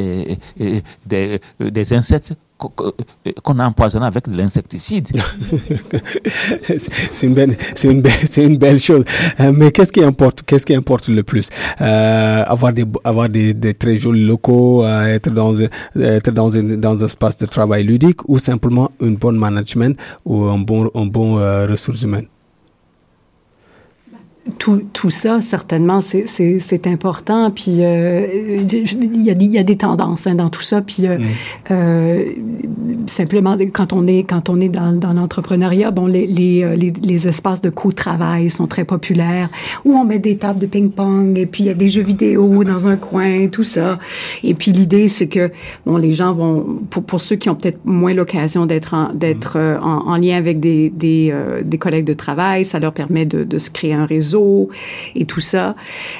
des insectes qu'on a empoisonnés avec de l'insecticide? C'est une belle chose. Mais qu'est-ce qui importe le plus? Avoir des très jolis locaux, être dans un espace de travail ludique, ou simplement un bon management ou un bon ressources humaines? tout ça, certainement, c'est important. Puis il y a des tendances dans tout ça. Puis simplement, quand on est dans l'entrepreneuriat, bon, les espaces de co-travail sont très populaires, où on met des tables de ping-pong et puis il y a des jeux vidéo dans un coin, tout ça. Et puis l'idée, c'est que bon, les gens vont, pour ceux qui ont peut-être moins l'occasion d'être en lien avec des collègues de travail, ça leur permet de se créer un réseau et tout ça.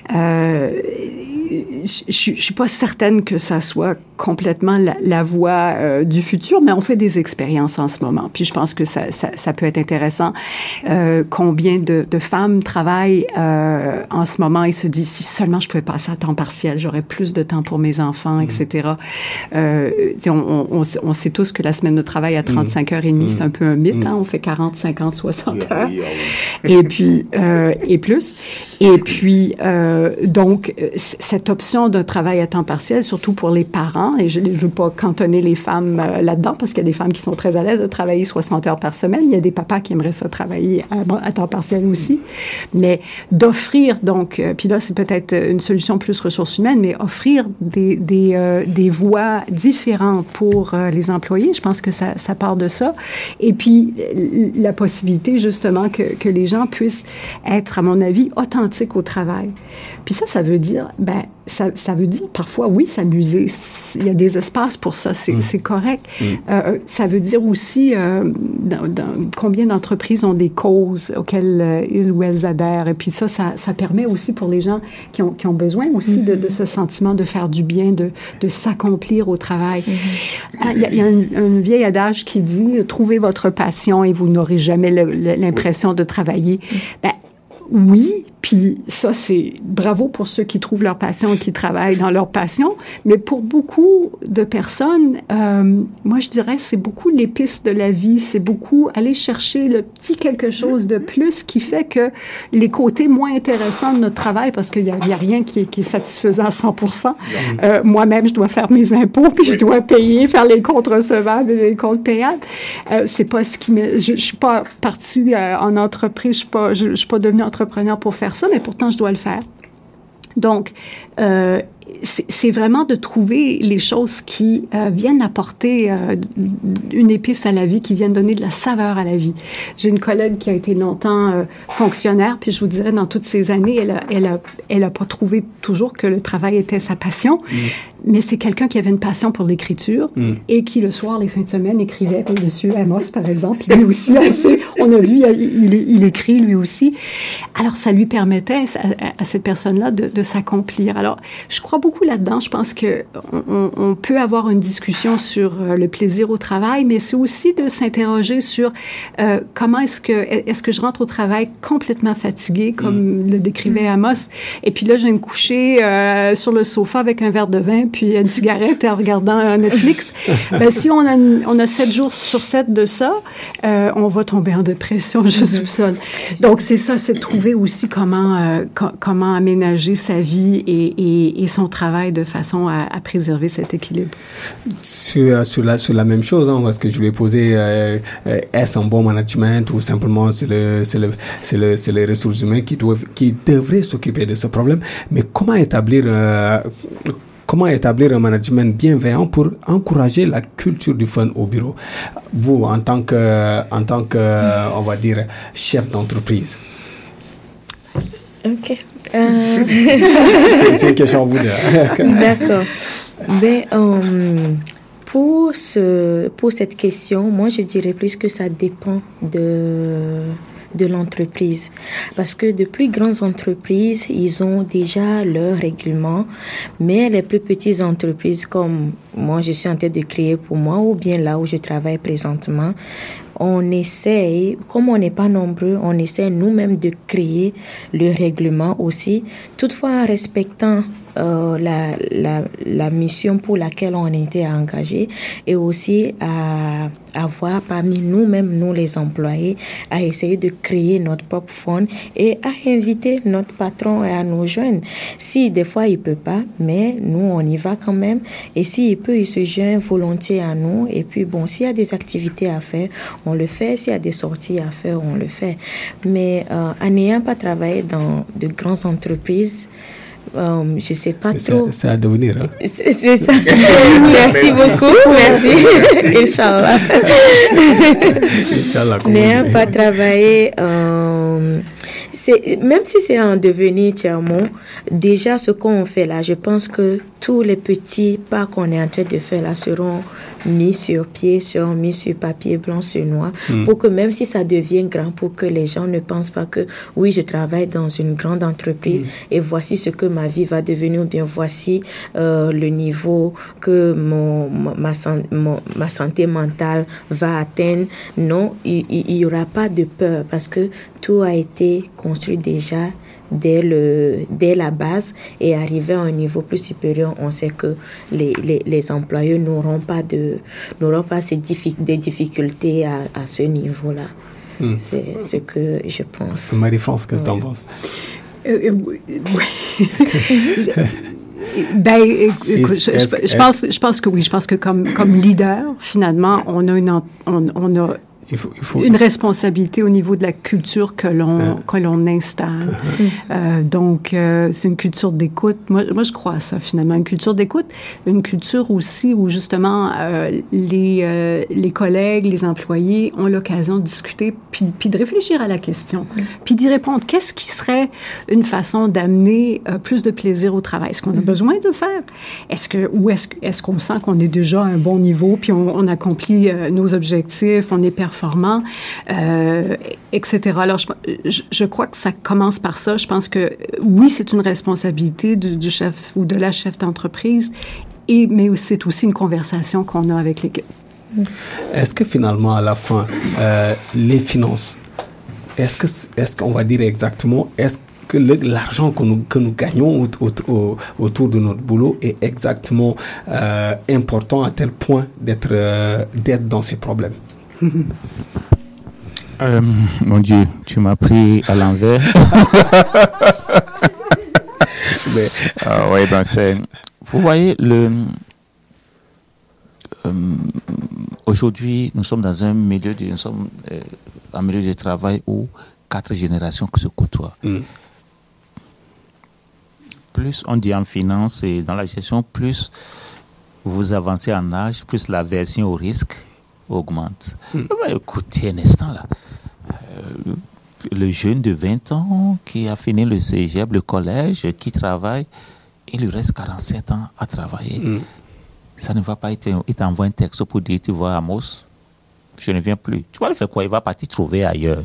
Je suis pas certaine que ça soit complètement la voie du futur, mais on fait des expériences en ce moment. Puis je pense que ça peut être intéressant. Combien de femmes travaillent en ce moment et se disent, si seulement je pouvais passer à temps partiel, j'aurais plus de temps pour mes enfants, etc. On sait tous que la semaine de travail à 35 heures et demie, c'est un peu un mythe. Hein? On fait 40, 50, 60 heures. Et puis, et plus. Et puis, donc, cette option d'un travail à temps partiel, surtout pour les parents, et je ne veux pas cantonner les femmes là-dedans, parce qu'il y a des femmes qui sont très à l'aise de travailler 60 heures par semaine. Il y a des papas qui aimeraient ça travailler à temps partiel aussi. Mais d'offrir, donc, puis là, c'est peut-être une solution plus ressources humaines, mais offrir des voies différentes pour les employés, je pense que ça part de ça. Et puis, la possibilité, justement, que les gens puissent être, à mon avis, authentiques au travail. Puis ça veut dire, ça veut dire parfois, oui, s'amuser. Il y a des espaces pour ça, c'est correct. Ça veut dire aussi combien d'entreprises ont des causes auxquelles ils ou elles adhèrent. Et puis ça permet aussi pour les gens qui ont besoin aussi de ce sentiment de faire du bien, de s'accomplir au travail. Il y a un vieil adage qui dit « Trouvez votre passion et vous n'aurez jamais l'impression de travailler ». Oui, puis ça, c'est bravo pour ceux qui trouvent leur passion et qui travaillent dans leur passion, mais pour beaucoup de personnes, moi, je dirais, c'est beaucoup l'épice de la vie, c'est beaucoup aller chercher le petit quelque chose de plus qui fait que les côtés moins intéressants de notre travail, parce qu'il y a rien qui est satisfaisant à 100%. Moi-même, je dois faire mes impôts, puis je dois payer, faire les comptes recevables et les comptes payables. C'est pas ce qui je suis pas partie en entreprise, je suis pas devenue entrepreneur pour faire ça, mais pourtant, je dois le faire. Donc, c'est vraiment de trouver les choses qui viennent apporter une épice à la vie, qui viennent donner de la saveur à la vie. J'ai une collègue qui a été longtemps fonctionnaire, puis je vous dirais, dans toutes ces années, elle a pas trouvé toujours que le travail était sa passion, mais c'est quelqu'un qui avait une passion pour l'écriture et qui, le soir, les fins de semaine, écrivait comme Monsieur Amos, par exemple. Lui aussi, on a vu, il écrit lui aussi. Alors, ça lui permettait à cette personne-là de s'accomplir. Alors, je crois beaucoup là-dedans. Je pense que on peut avoir une discussion sur le plaisir au travail, mais c'est aussi de s'interroger sur comment est-ce que je rentre au travail complètement fatiguée, comme le décrivait Amos, et puis là, je vais me coucher sur le sofa avec un verre de vin puis une cigarette en regardant Netflix. Si on a 7 jours sur 7 de ça, on va tomber en dépression, je soupçonne. Donc, c'est ça, c'est de trouver aussi comment aménager sa vie et son travail de façon à préserver cet équilibre. Sur la même chose, hein, parce que je lui ai posé est-ce un bon management ou simplement c'est les ressources humaines qui devraient s'occuper de ce problème. Mais comment établir un management bienveillant pour encourager la culture du fun au bureau? Vous, en tant que on va dire, chef d'entreprise. OK. C'est une question à vous deux. D'accord. Pour cette question, moi, je dirais plus que ça dépend de l'entreprise. Parce que de plus grandes entreprises, ils ont déjà leur règlement, mais les plus petites entreprises, comme moi, je suis en train de créer pour moi, ou bien là où je travaille présentement, on essaye, comme on n'est pas nombreux, on essaie nous-mêmes de créer le règlement aussi, toutefois en respectant la mission pour laquelle on a été engagé et aussi avoir parmi nous-mêmes, nous les employés, à essayer de créer notre propre fonds et à inviter notre patron à nous joindre. Si des fois il peut pas, mais nous on y va quand même. Et s'il peut, il se joint volontiers à nous. Et puis bon, s'il y a des activités à faire, on le fait. S'il y a des sorties à faire, on le fait. Mais en n'ayant pas travaillé dans de grandes entreprises, je sais pas trop. C'est à devenir. Hein? C'est ça. Merci beaucoup. Merci. Inch'Allah. N'ayant pas travaillé, même si c'est en devenir tiers-mont, déjà ce qu'on fait là, je pense que tous les petits pas qu'on est en train de faire là seront mis sur pied, seront mis sur papier blanc sur noir, pour que même si ça devient grand, pour que les gens ne pensent pas que oui, je travaille dans une grande entreprise et voici ce que ma vie va devenir, ou bien voici le niveau que ma santé mentale va atteindre. Non, il n'y aura pas de peur parce que tout a été construit déjà dès la base, et arrivé à un niveau plus supérieur, on sait que les employés n'auront pas des difficultés à ce niveau-là. C'est ce que je pense. Marie-France, qu'est-ce que tu en penses? Ben, écoute, je pense que oui. Je pense que comme leader, finalement, on a il faut une responsabilité au niveau de la culture que l'on installe. Donc, c'est une culture d'écoute. Moi, je crois à ça, finalement. Une culture d'écoute, une culture aussi où, justement, les collègues, les employés ont l'occasion de discuter puis de réfléchir à la question, puis d'y répondre. Qu'est-ce qui serait une façon d'amener plus de plaisir au travail? Est-ce qu'on a besoin de le faire? Est-ce qu'on sent qu'on est déjà à un bon niveau, puis on accomplit nos objectifs, on est performant, etc. Alors, je crois que ça commence par ça. Je pense que, oui, c'est une responsabilité du chef ou de la chef d'entreprise, mais c'est aussi une conversation qu'on a avec l'équipe. Est-ce que finalement, à la fin, les finances, est-ce qu'on va dire exactement, est-ce que l'argent que nous gagnons autour de notre boulot est exactement important à tel point d'être dans ces problèmes? Mon Dieu, tu m'as pris à l'envers. Vous voyez, aujourd'hui, nous sommes dans un milieu de travail où 4 générations se côtoient. Plus on dit en finance et dans la gestion, plus vous avancez en âge, plus l'aversion au risque augmente. Écoutez un instant là. Le jeune de 20 ans qui a fini le cégep, le collège, qui travaille, il lui reste 47 ans à travailler. Ça ne va pas être... Il t'envoie un texte pour dire, tu vois, Amos, je ne viens plus. Tu vas le faire quoi? Il va partir trouver ailleurs.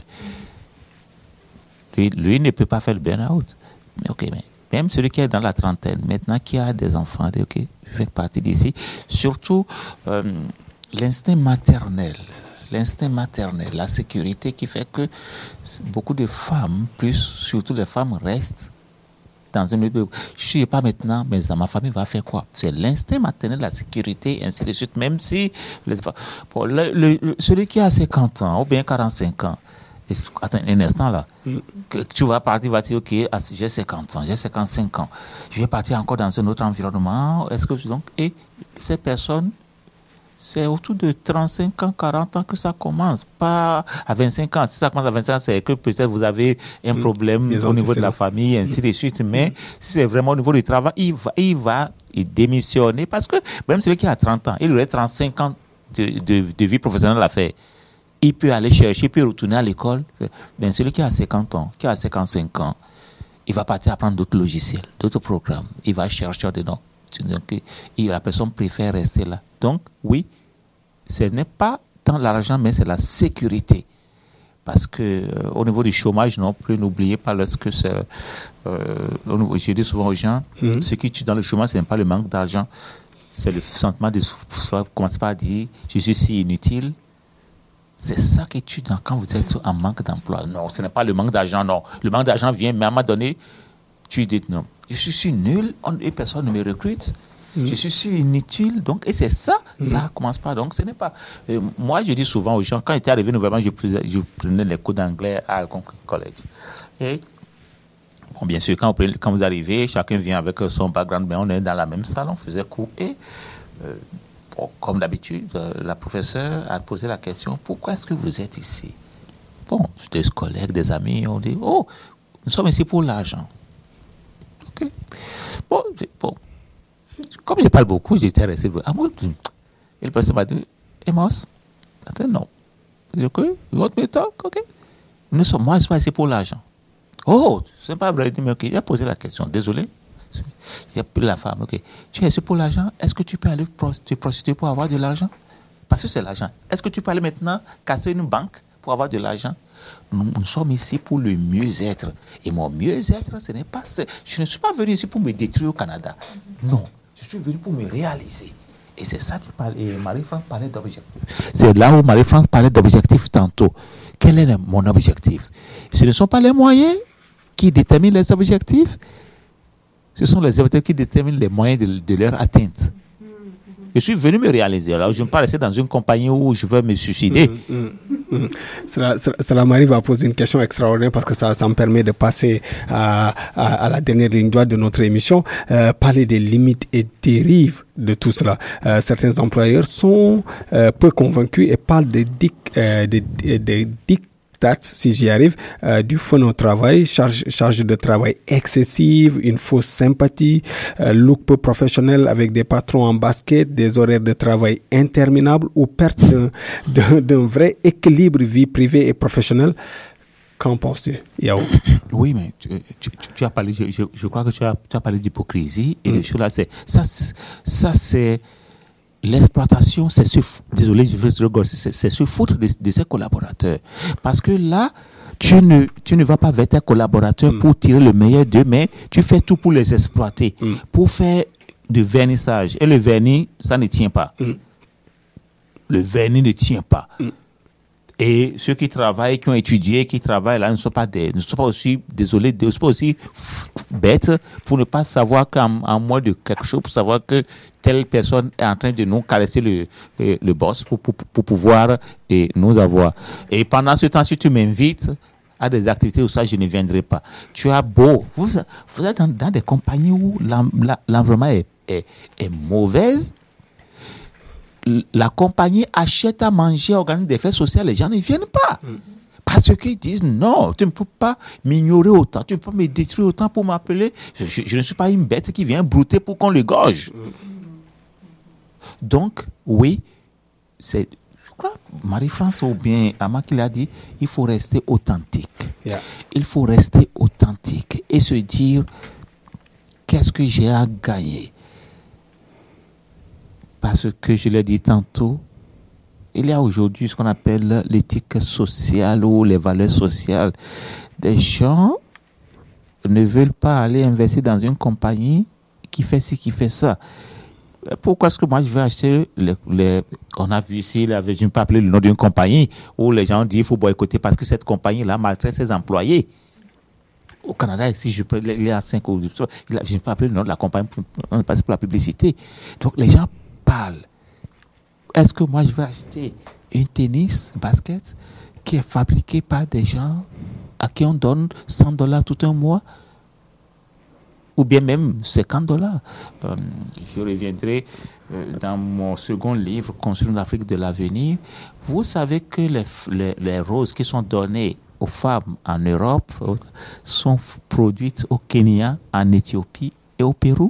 Lui ne peut pas faire le burn-out. Mais même celui qui est dans la trentaine, maintenant qui a des enfants, dit, ok, je fais partie d'ici. Surtout, l'instinct maternel, la sécurité qui fait que beaucoup de femmes, surtout les femmes, restent dans un lieu de... Je ne suis pas maintenant, mais ma famille va faire quoi? C'est l'instinct maternel, la sécurité, ainsi de suite, même si... celui qui a 50 ans ou bien 45 ans, attends un instant là, tu vas partir, va dire, ok, j'ai 50 ans, j'ai 55 ans, je vais partir encore dans un autre environnement, et ces personnes, c'est autour de 35 ans, 40 ans que ça commence, pas à 25 ans. Si ça commence à 25 ans, c'est que peut-être vous avez un problème au niveau de la famille, ainsi de suite. Mais si c'est vraiment au niveau du travail, il va démissionner parce que même celui qui a 30 ans, il aurait 35 ans de vie professionnelle à faire. Il peut aller chercher, il peut retourner à l'école. Mais celui qui a 50 ans, qui a 55 ans, il va partir apprendre d'autres logiciels, d'autres programmes. Il va chercher dedans. Et la personne préfère rester là. Donc, oui, ce n'est pas tant l'argent, mais c'est la sécurité. Parce que au niveau du chômage non plus, n'oubliez pas lorsque c'est... je dis souvent aux gens, ce qui tue dans le chômage, ce n'est pas le manque d'argent, c'est le sentiment de commencer par dire, je suis si inutile. C'est ça qui tue quand vous êtes en manque d'emploi. Non, ce n'est pas le manque d'argent, non. Le manque d'argent vient, mais à un moment donné, tu dis non. Je suis nul et personne ne me recrute. Je suis inutile. Donc, et c'est ça, ça commence pas. Donc, ce n'est pas. Moi, je dis souvent aux gens, quand j'étais arrivé nouvellement, je prenais les cours d'anglais à Algonquin College. Et, bon, bien sûr, quand vous arrivez, chacun vient avec son background, mais on est dans la même salle, on faisait cours. Et, bon, comme d'habitude, la professeure a posé la question, pourquoi est-ce que vous êtes ici? Bon, des collègues, des amis, on dit, oh, nous sommes ici pour l'argent. OK. Bon, comme je parle beaucoup, j'étais resté. Et le professeur m'a dit, Amos, attends, non. OK, you want me to talk? OK. Moi, je suis pas ici pour l'argent. Oh, c'est pas vrai. Mais OK, il a posé la question. Désolé. J'ai appelé la femme. OK. Tu es ici pour l'argent? Est-ce que tu peux aller te prostituer pour avoir de l'argent? Parce que c'est l'argent. Est-ce que tu peux aller maintenant casser une banque pour avoir de l'argent? Nous sommes ici pour le mieux-être. Et mon mieux-être, ce n'est pas ça. Je ne suis pas venu ici pour me détruire au Canada. Non, je suis venu pour me réaliser. Et c'est ça que tu parles. Et Marie-France parlait d'objectif. C'est là où Marie-France parlait d'objectif tantôt. Quel est mon objectif? Ce ne sont pas les moyens qui déterminent les objectifs. Ce sont les objectifs qui déterminent les moyens de leur atteinte. Je suis venu me réaliser. Alors, je ne vais pas rester dans une compagnie où je veux me suicider. Cela m'arrive à poser une question extraordinaire parce que ça me permet de passer à la dernière ligne droite de notre émission. Parler des limites et dérives de tout cela. Certains employeurs sont peu convaincus et parlent des dictats, si j'y arrive, du fun au travail, charge de travail excessive, une fausse sympathie, look peu professionnel avec des patrons en basket, des horaires de travail interminables ou perte d'un vrai équilibre vie privée et professionnelle. Qu'en penses-tu, Yao? Oui, mais tu as parlé, je crois que tu as parlé d'hypocrisie et de choses là, ça c'est l'exploitation, c'est désolé, c'est se foutre de ses collaborateurs. Parce que là, tu ne vas pas vers tes collaborateurs pour tirer le meilleur d'eux, mais tu fais tout pour les exploiter, pour faire du vernissage. Et le vernis, ça ne tient pas. Le vernis ne tient pas. Et ceux qui travaillent, qui ont étudié, qui travaillent là, ne sont pas aussi, désolé, ne sont pas aussi bêtes pour ne pas savoir qu'en moins de quelque chose, pour savoir que telle personne est en train de nous caresser le boss pour pouvoir nous avoir. Et pendant ce temps, si tu m'invites à des activités où ça, je ne viendrai pas. Tu as beau, vous êtes dans des compagnies où l'environnement est mauvaise. La compagnie achète à manger, organise des fêtes sociales, les gens ne viennent pas. Parce qu'ils disent non, tu ne peux pas m'ignorer autant, tu ne peux pas me détruire autant pour m'appeler. Je ne suis pas une bête qui vient brouter pour qu'on le gorge. Donc, oui, je crois, Marie-France ou bien Ama qui l'a dit, il faut rester authentique. Yeah. Il faut rester authentique et se dire qu'est-ce que j'ai à gagner. Parce que je l'ai dit tantôt, il y a aujourd'hui ce qu'on appelle l'éthique sociale ou les valeurs sociales. Des gens ne veulent pas aller investir dans une compagnie qui fait ci, qui fait ça. Pourquoi est-ce que moi je vais acheter on a vu ici, je ne vais pas appeler le nom d'une compagnie où les gens disent qu'il faut boycotter parce que cette compagnie-là maltraite ses employés. Au Canada, ici, il y a 5 ou 10, je ne vais pas appeler le nom de la compagnie pour la publicité. Donc les gens parle. Est-ce que moi je vais acheter un tennis, un basket qui est fabriqué par des gens à qui on donne $100 tout un mois ou bien même $50? Je reviendrai dans mon second livre, Construire l'Afrique de l'avenir. Vous savez que les roses qui sont données aux femmes en Europe sont produites au Kenya, en Éthiopie et au Pérou.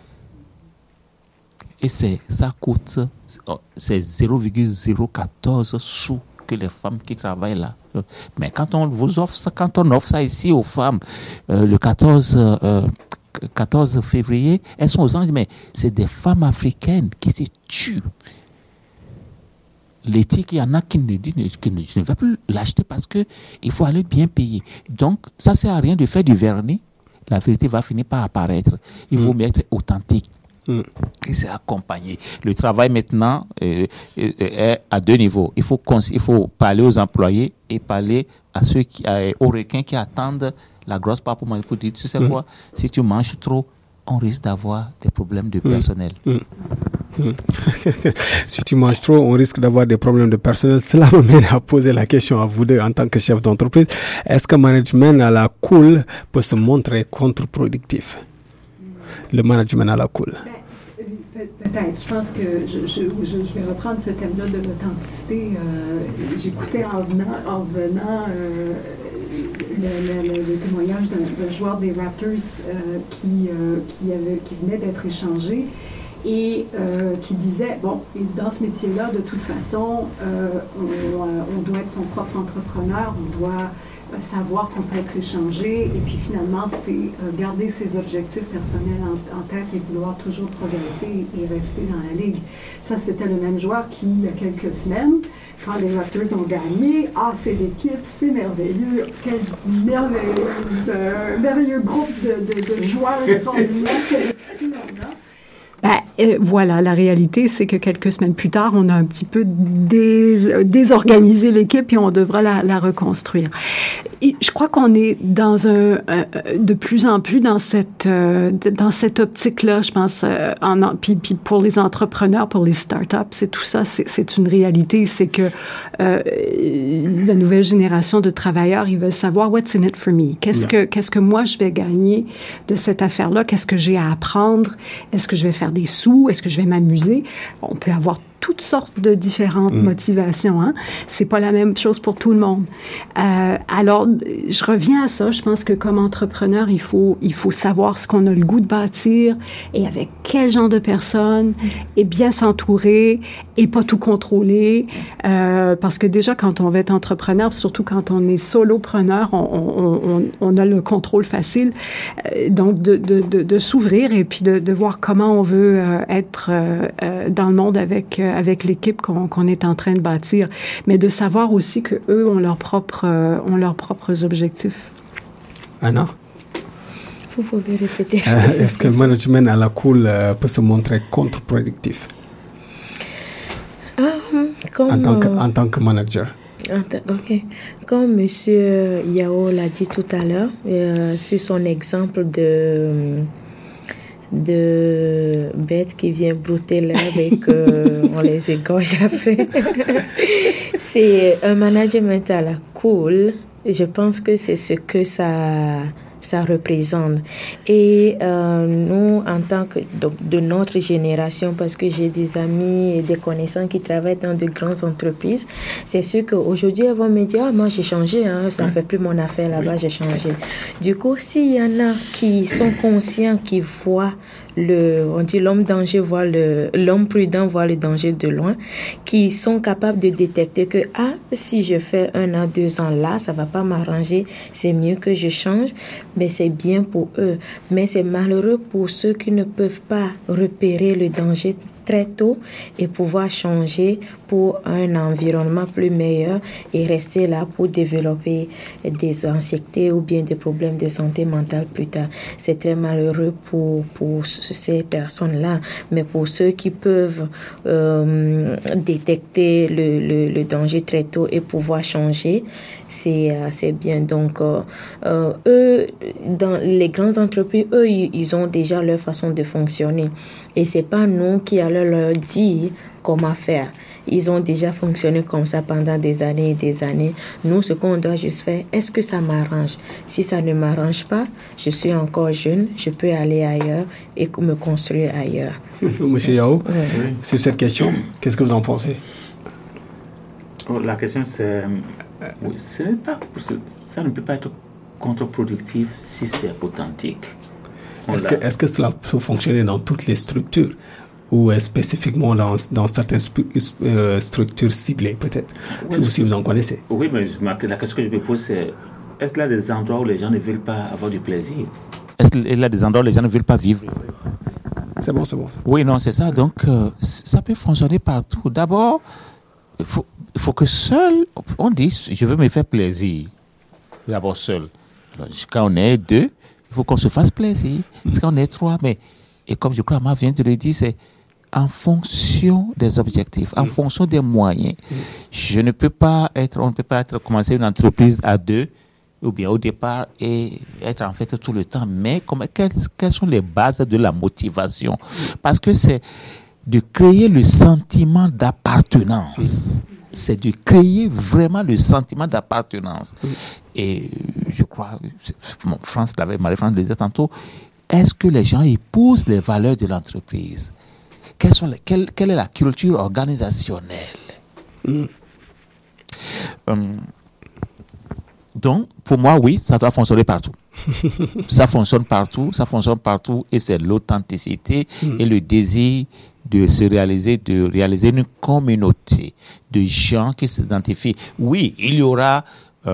Et ça coûte, c'est 0,014 sous que les femmes qui travaillent là. Mais quand on vous offre ça, quand on offre ça ici aux femmes, le 14 février, elles sont aux anges, mais c'est des femmes africaines qui se tuent. L'éthique, il y en a qui ne disent que je ne vais plus l'acheter parce qu'il faut aller bien payer. Donc, ça ne sert à rien de faire du vernis. La vérité va finir par apparaître. Il faut être authentique. Et c'est accompagné. Le travail maintenant est à deux niveaux. Il faut parler aux employés et parler à aux requins qui attendent la grosse part pour manger. Pour dire, tu sais quoi, si tu manges trop, on risque d'avoir des problèmes de personnel. Si tu manges trop, on risque d'avoir des problèmes de personnel. Cela me mène à poser la question à vous deux en tant que chef d'entreprise. Est-ce que le management à la cool peut se montrer contre-productif? Le management à la cool. Peut-être. Je pense que je vais reprendre ce thème-là de l'authenticité. J'écoutais en venant le témoignage d'un joueur des Raptors qui venait d'être échangé et qui disait, bon, dans ce métier-là, de toute façon, on doit être son propre entrepreneur, on doit savoir qu'on peut être échangé et puis finalement, c'est garder ses objectifs personnels en tête et vouloir toujours progresser et rester dans la ligue. Ça, c'était le même joueur qui, il y a quelques semaines, quand les Raptors ont gagné, c'est l'équipe, c'est merveilleux, quel merveilleux groupe de joueurs extraordinaires. Voilà, la réalité, c'est que quelques semaines plus tard, on a un petit peu désorganisé l'équipe et on devra la reconstruire. Et je crois qu'on est de plus en plus dans cette optique-là, je pense, puis pour les entrepreneurs, pour les startups, c'est tout ça, c'est une réalité, c'est que la nouvelle génération de travailleurs, ils veulent savoir what's in it for me. Qu'est-ce que moi je vais gagner de cette affaire-là? Qu'est-ce que j'ai à apprendre? Est-ce que je vais faire des sous? Est-ce que je vais m'amuser? On peut avoir toutes sortes de différentes motivations. Hein? C'est pas la même chose pour tout le monde. Alors, je reviens à ça. Je pense que comme entrepreneur, il faut savoir ce qu'on a le goût de bâtir et avec quel genre de personnes et bien s'entourer et pas tout contrôler. Parce que déjà, quand on va être entrepreneur, surtout quand on est solopreneur, on a le contrôle facile. Donc, de s'ouvrir et puis de voir comment on veut être dans le monde avec l'équipe qu'on est en train de bâtir, mais de savoir aussi que eux ont leurs propres objectifs. Anna? Vous pouvez répéter. Est-ce que le management à la cool peut se montrer contre-productif en tant que manager? Ok. Comme M. Yao l'a dit tout à l'heure, sur son exemple de bêtes qui viennent brouter l'herbe et qu'on les égorge après. C'est un management à la cool. Je pense que c'est ce que ça représente. Et nous, en tant que de notre génération, parce que j'ai des amis et des connaissances qui travaillent dans de grandes entreprises, c'est sûr qu'aujourd'hui, elles vont me dire, moi j'ai changé, ça ne fait plus mon affaire là-bas, j'ai changé. Du coup, s'il y en a qui sont conscients, qui voient on dit l'homme prudent voit le danger de loin, qui sont capables de détecter que si je fais 1 an, 2 ans là, ça va pas m'arranger, c'est mieux que je change, mais c'est bien pour eux. Mais c'est malheureux pour ceux qui ne peuvent pas repérer le danger très tôt et pouvoir changer pour un environnement plus meilleur et rester là pour développer des anxiétés ou bien des problèmes de santé mentale plus tard. C'est très malheureux pour ces personnes-là, mais pour ceux qui peuvent détecter le danger très tôt et pouvoir changer, c'est bien. Donc, eux, dans les grandes entreprises, eux, ils ont déjà leur façon de fonctionner. Et c'est pas nous qui allons leur dire comment faire. Ils ont déjà fonctionné comme ça pendant des années et des années. Nous, ce qu'on doit juste faire, est-ce que ça m'arrange? Si ça ne m'arrange pas, je suis encore jeune, je peux aller ailleurs et me construire ailleurs. Monsieur Yao, sur cette question, qu'est-ce que vous en pensez? La question, c'est... Oui, ça ne peut pas être contre-productif si c'est authentique. Est-ce que cela peut fonctionner dans toutes les structures ou spécifiquement dans certaines structures ciblées, peut-être, si vous en connaissez? Oui, mais la question que je me pose, c'est est-ce qu'il y a des endroits où les gens ne veulent pas avoir du plaisir? Est-ce qu'il y a des endroits où les gens ne veulent pas vivre? C'est bon. Oui, non, c'est ça. Donc, ça peut fonctionner partout. D'abord, il faut que seul, on dit, je veux me faire plaisir. D'abord seul. Donc, quand on est 2, il faut qu'on se fasse plaisir. Quand on est 3, et comme je crois Marc vient de le dire, c'est en fonction des objectifs, en fonction des moyens. On ne peut pas commencer une entreprise à 2 ou bien au départ, et être en fait tout le temps. Mais quelles sont les bases de la motivation? Parce que c'est de créer le sentiment d'appartenance. C'est de créer vraiment le sentiment d'appartenance. Et je crois, Marie-France le disait tantôt, est-ce que les gens épousent les valeurs de l'entreprise? Quelle est la culture organisationnelle? Donc, pour moi, oui, ça doit fonctionner partout. Ça fonctionne partout et c'est l'authenticité et le désir de réaliser une communauté de gens qui s'identifient. Oui, il y aura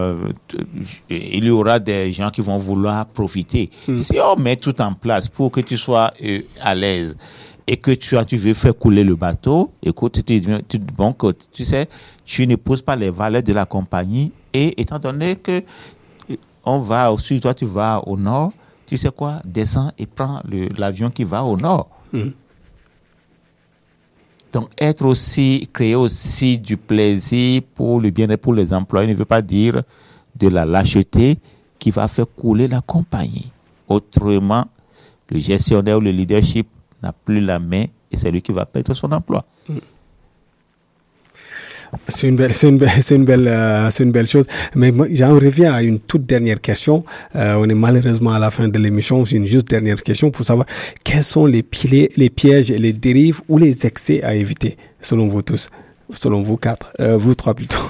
des gens qui vont vouloir profiter. Si on met tout en place pour que tu sois à l'aise et que tu veux faire couler le bateau, écoute, tu sais, tu n'épouses pas les valeurs de la compagnie, et étant donné que on va au sud, toi tu vas au nord, tu sais quoi, descends et prends l'avion qui va au nord. Donc créer aussi du plaisir pour le bien-être pour les employés ne veut pas dire de la lâcheté qui va faire couler la compagnie. Autrement, le gestionnaire ou le leadership n'a plus la main et c'est lui qui va perdre son emploi. C'est une belle chose. Mais moi, j'en reviens à une toute dernière question. On est malheureusement à la fin de l'émission. J'ai une juste dernière question pour savoir quels sont les pièges, les dérives ou les excès à éviter, selon vous tous, selon vous quatre, vous trois plutôt.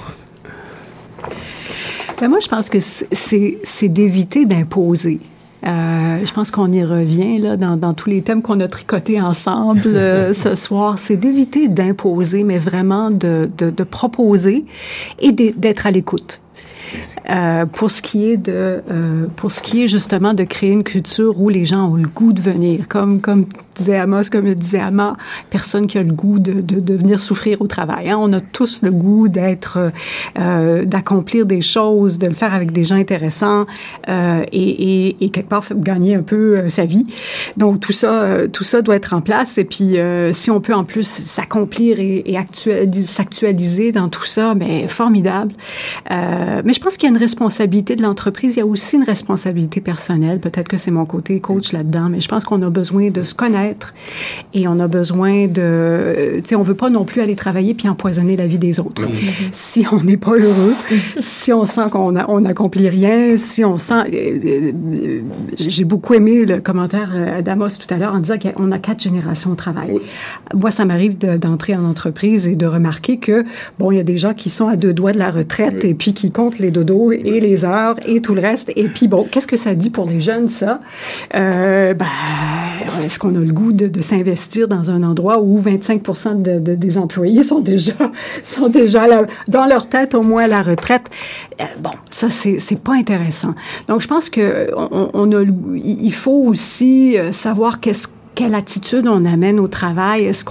Ben moi, je pense que c'est d'éviter d'imposer. Je pense qu'on y revient là dans tous les thèmes qu'on a tricotés ensemble ce soir. C'est d'éviter d'imposer, mais vraiment de proposer et d'être à l'écoute. Pour ce qui est justement de créer une culture où les gens ont le goût de venir, comme disait Amos, comme le disait Ama, personne qui a le goût de venir souffrir au travail. Hein? On a tous le goût d'accomplir des choses, de le faire avec des gens intéressants et quelque part gagner un peu sa vie. Donc tout ça doit être en place. Et puis si on peut en plus s'accomplir et s'actualiser dans tout ça, ben formidable. Mais je pense qu'il y a une responsabilité de l'entreprise. Il y a aussi une responsabilité personnelle. Peut-être que c'est mon côté coach là-dedans, mais je pense qu'on a besoin de se connaître et on a besoin tu sais, on veut pas non plus aller travailler puis empoisonner la vie des autres. Si on n'est pas heureux, si on sent qu'on n'accomplit rien, si on sent... j'ai beaucoup aimé le commentaire d'Amos tout à l'heure en disant qu'on a 4 générations au travail. Moi, ça m'arrive d'entrer en entreprise et de remarquer que, bon, il y a des gens qui sont à 2 doigts de la retraite et puis qui comptent les dodos et les heures et tout le reste. Et puis, bon, qu'est-ce que ça dit pour les jeunes, ça? Est-ce qu'on a le goût de s'investir dans un endroit où 25% des employés sont déjà là, dans leur tête au moins à la retraite? Bon, ça, c'est pas intéressant. Donc, je pense que il faut aussi savoir quelle attitude on amène au travail. Est-ce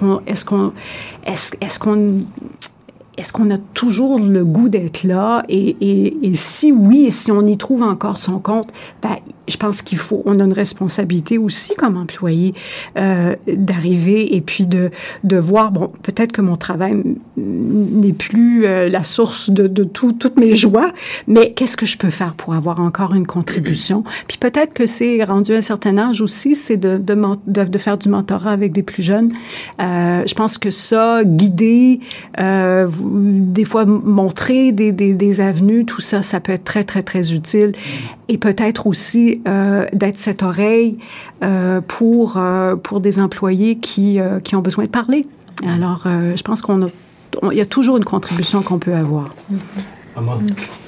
qu'on a toujours le goût d'être là? Et si oui, et si on y trouve encore son compte, ben, je pense on a une responsabilité aussi comme employé d'arriver et puis de voir, bon, peut-être que mon travail n'est plus la source de toutes mes joies, mais qu'est-ce que je peux faire pour avoir encore une contribution? Puis peut-être que c'est rendu à un certain âge aussi, c'est de faire du mentorat avec des plus jeunes. Je pense que ça, guider, des fois montrer des avenues, tout ça, ça peut être très, très, très utile. Et peut-être aussi d'être cette oreille pour des employés qui ont besoin de parler. Alors, je pense il y a toujours une contribution qu'on peut avoir. Bon,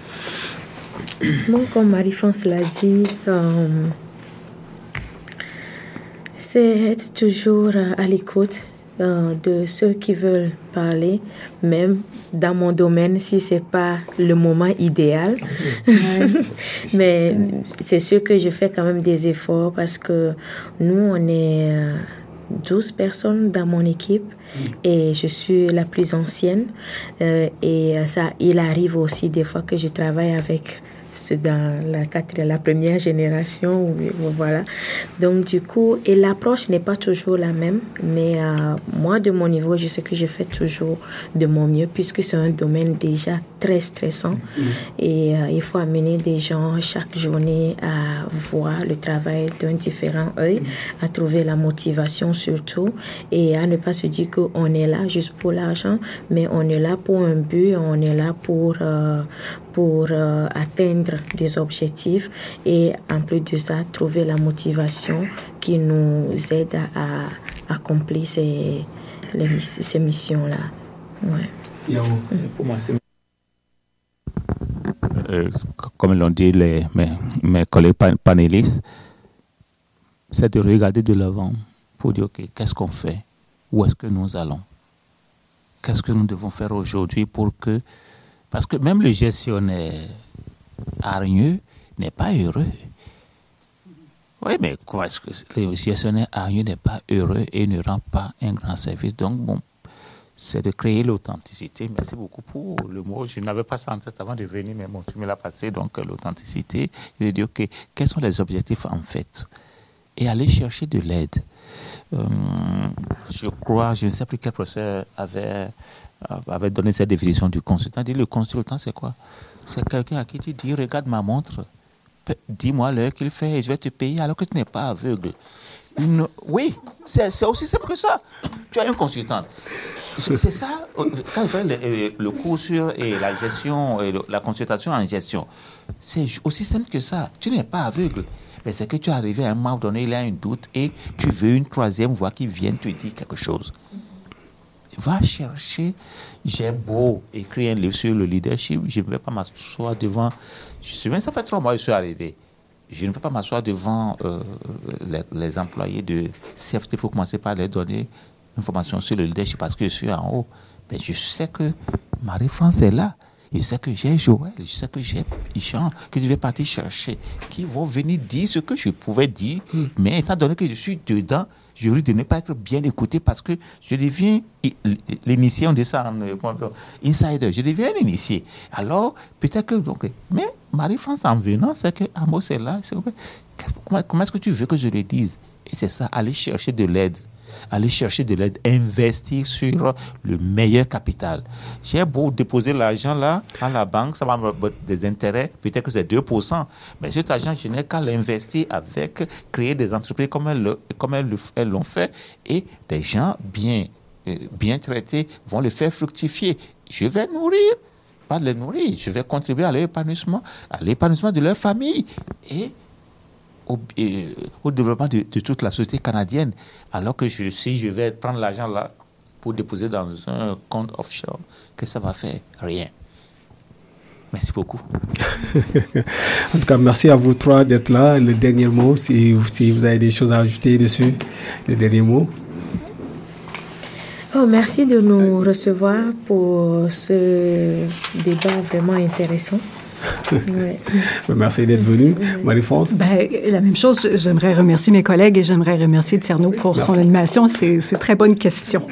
comme Marie-France l'a dit, c'est être toujours à l'écoute de ceux qui veulent parler, même dans mon domaine, si c'est pas le moment idéal. Mais c'est sûr que je fais quand même des efforts parce que nous, on est 12 personnes dans mon équipe et je suis la plus ancienne. Et ça, il arrive aussi des fois que je travaille avec c'est dans la première génération, voilà. Donc du coup, et l'approche n'est pas toujours la même, mais moi de mon niveau, je sais que je fais toujours de mon mieux puisque c'est un domaine déjà très stressant et il faut amener des gens chaque journée à voir le travail d'un différent œil, à trouver la motivation surtout et à ne pas se dire qu'on est là juste pour l'argent, mais on est là pour un but, on est là pour atteindre des objectifs et en plus de ça, trouver la motivation qui nous aide à accomplir ces missions-là. Ouais. Pour moi, c'est comme l'ont dit mes collègues panélistes, c'est de regarder de l'avant pour dire okay, qu'est-ce qu'on fait, où est-ce que nous allons, qu'est-ce que nous devons faire aujourd'hui parce que même le gestionnaire hargneux n'est pas heureux. Oui, mais quoi est-ce que le gestionnaire hargneux n'est pas heureux et ne rend pas un grand service? Donc bon, c'est de créer l'authenticité. Merci beaucoup pour le mot. Je n'avais pas ça en tête avant de venir, mais bon, tu me l'as passé. Donc, l'authenticité, et de dire, OK, quels sont les objectifs en fait? Et aller chercher de l'aide. Je crois, je ne sais plus quel professeur avait donné cette définition du consultant. Il dit, le consultant, c'est quoi? C'est quelqu'un à qui tu dis, regarde ma montre, dis-moi l'heure qu'il fait et je vais te payer alors que tu n'es pas aveugle. Oui, c'est aussi simple que ça. Tu as un consultant. C'est ça, quand je fais le cours sur la gestion, la consultation en gestion, c'est aussi simple que ça. Tu n'es pas aveugle. Mais c'est que tu es arrivé à un moment donné, il y a un doute et tu veux une troisième voix qui vienne te dire quelque chose. Va chercher. J'ai beau écrire un livre sur le leadership, je ne vais pas m'asseoir devant. Ça fait 3 mois que je suis arrivé. Je ne peux pas m'asseoir devant les employés de CFT pour commencer par leur donner une formation sur le leadership parce que je suis en haut. Mais je sais que Marie-France est là. Je sais que j'ai Joël. Je sais que j'ai Jean, que je vais partir chercher, qui vont venir dire ce que je pouvais dire. Mais étant donné que je suis dedans, je risque de ne pas être bien écouté parce que je deviens l'initié, on dit ça en insider, je deviens un initié. Alors, peut-être que... mais Marie-France, en venant, c'est que Amos est là. Comment est-ce que tu veux que je le dise? Et c'est ça, aller chercher de l'aide. Aller chercher de l'aide, investir sur le meilleur capital. J'ai beau déposer l'argent là à la banque, ça va me mettre des intérêts, peut-être que c'est 2%, mais cet argent, je n'ai qu'à l'investir avec, créer des entreprises comme elles l'ont fait, et des gens bien traités vont le faire fructifier. Je vais nourrir, pas les nourrir, je vais contribuer à l'épanouissement de leur famille, et au développement de toute la société canadienne, alors que si je vais prendre l'argent là pour déposer dans un compte offshore, que ça va faire? Rien. Merci beaucoup. En tout cas, merci à vous 3 d'être là. Le dernier mot, si vous avez des choses à ajouter dessus, le dernier mot. Merci de nous recevoir pour ce débat vraiment intéressant. Ouais. Merci d'être venu, Marie-France. La même chose, j'aimerais remercier mes collègues et j'aimerais remercier Tierno pour son animation. C'est très bonne question.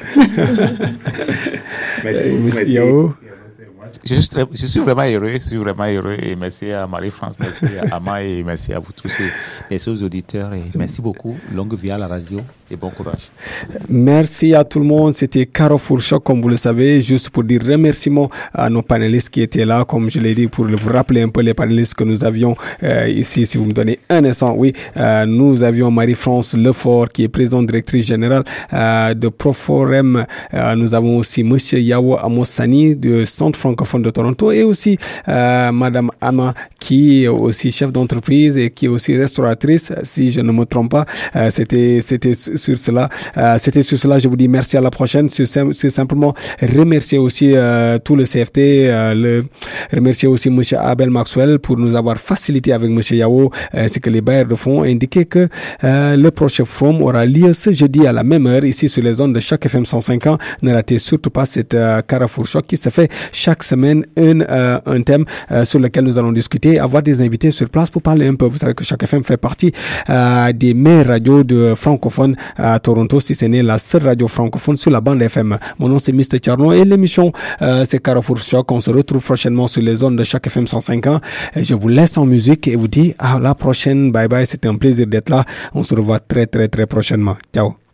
Merci. Yao. Je suis vraiment heureux et merci à Marie-France, merci à Ama et merci à vous tous et merci aux auditeurs et merci beaucoup. Longue vie à la radio et bon courage. Merci à tout le monde. C'était Carrefour Choc, comme vous le savez, juste pour dire remerciements à nos panélistes qui étaient là, comme je l'ai dit, pour vous rappeler un peu les panélistes que nous avions ici. Si vous me donnez un instant, oui, nous avions Marie-France Lefort, qui est présidente directrice générale de Proforem. Nous avons aussi Monsieur Yao Amosani du Centre francophone de Toronto et aussi Madame Ama, qui est aussi chef d'entreprise et qui est aussi restauratrice, si je ne me trompe pas. C'était sur cela. Je vous dis merci, à la prochaine. C'est simplement remercier aussi tout le CFT, remercier aussi Monsieur Abel Maxwell pour nous avoir facilité avec Monsieur Yao ce que les bailleurs de fonds indiquaient que le prochain forum aura lieu ce jeudi à la même heure ici sur les ondes de Choc FM 105 ans. Ne ratez surtout pas cette Carrefour Choc qui se fait chaque semaine un thème sur lequel nous allons discuter, avoir des invités sur place pour parler un peu. Vous savez que Choc FM fait partie des meilleures radios francophones à Toronto, si ce n'est la seule radio francophone sur la bande FM. Mon nom c'est Mr. Tcherno et l'émission c'est Carrefour Choc. On se retrouve prochainement sur les ondes de chaque FM 105.1. Je vous laisse en musique et vous dis à la prochaine. Bye bye, c'était un plaisir d'être là. On se revoit très très très prochainement. Ciao.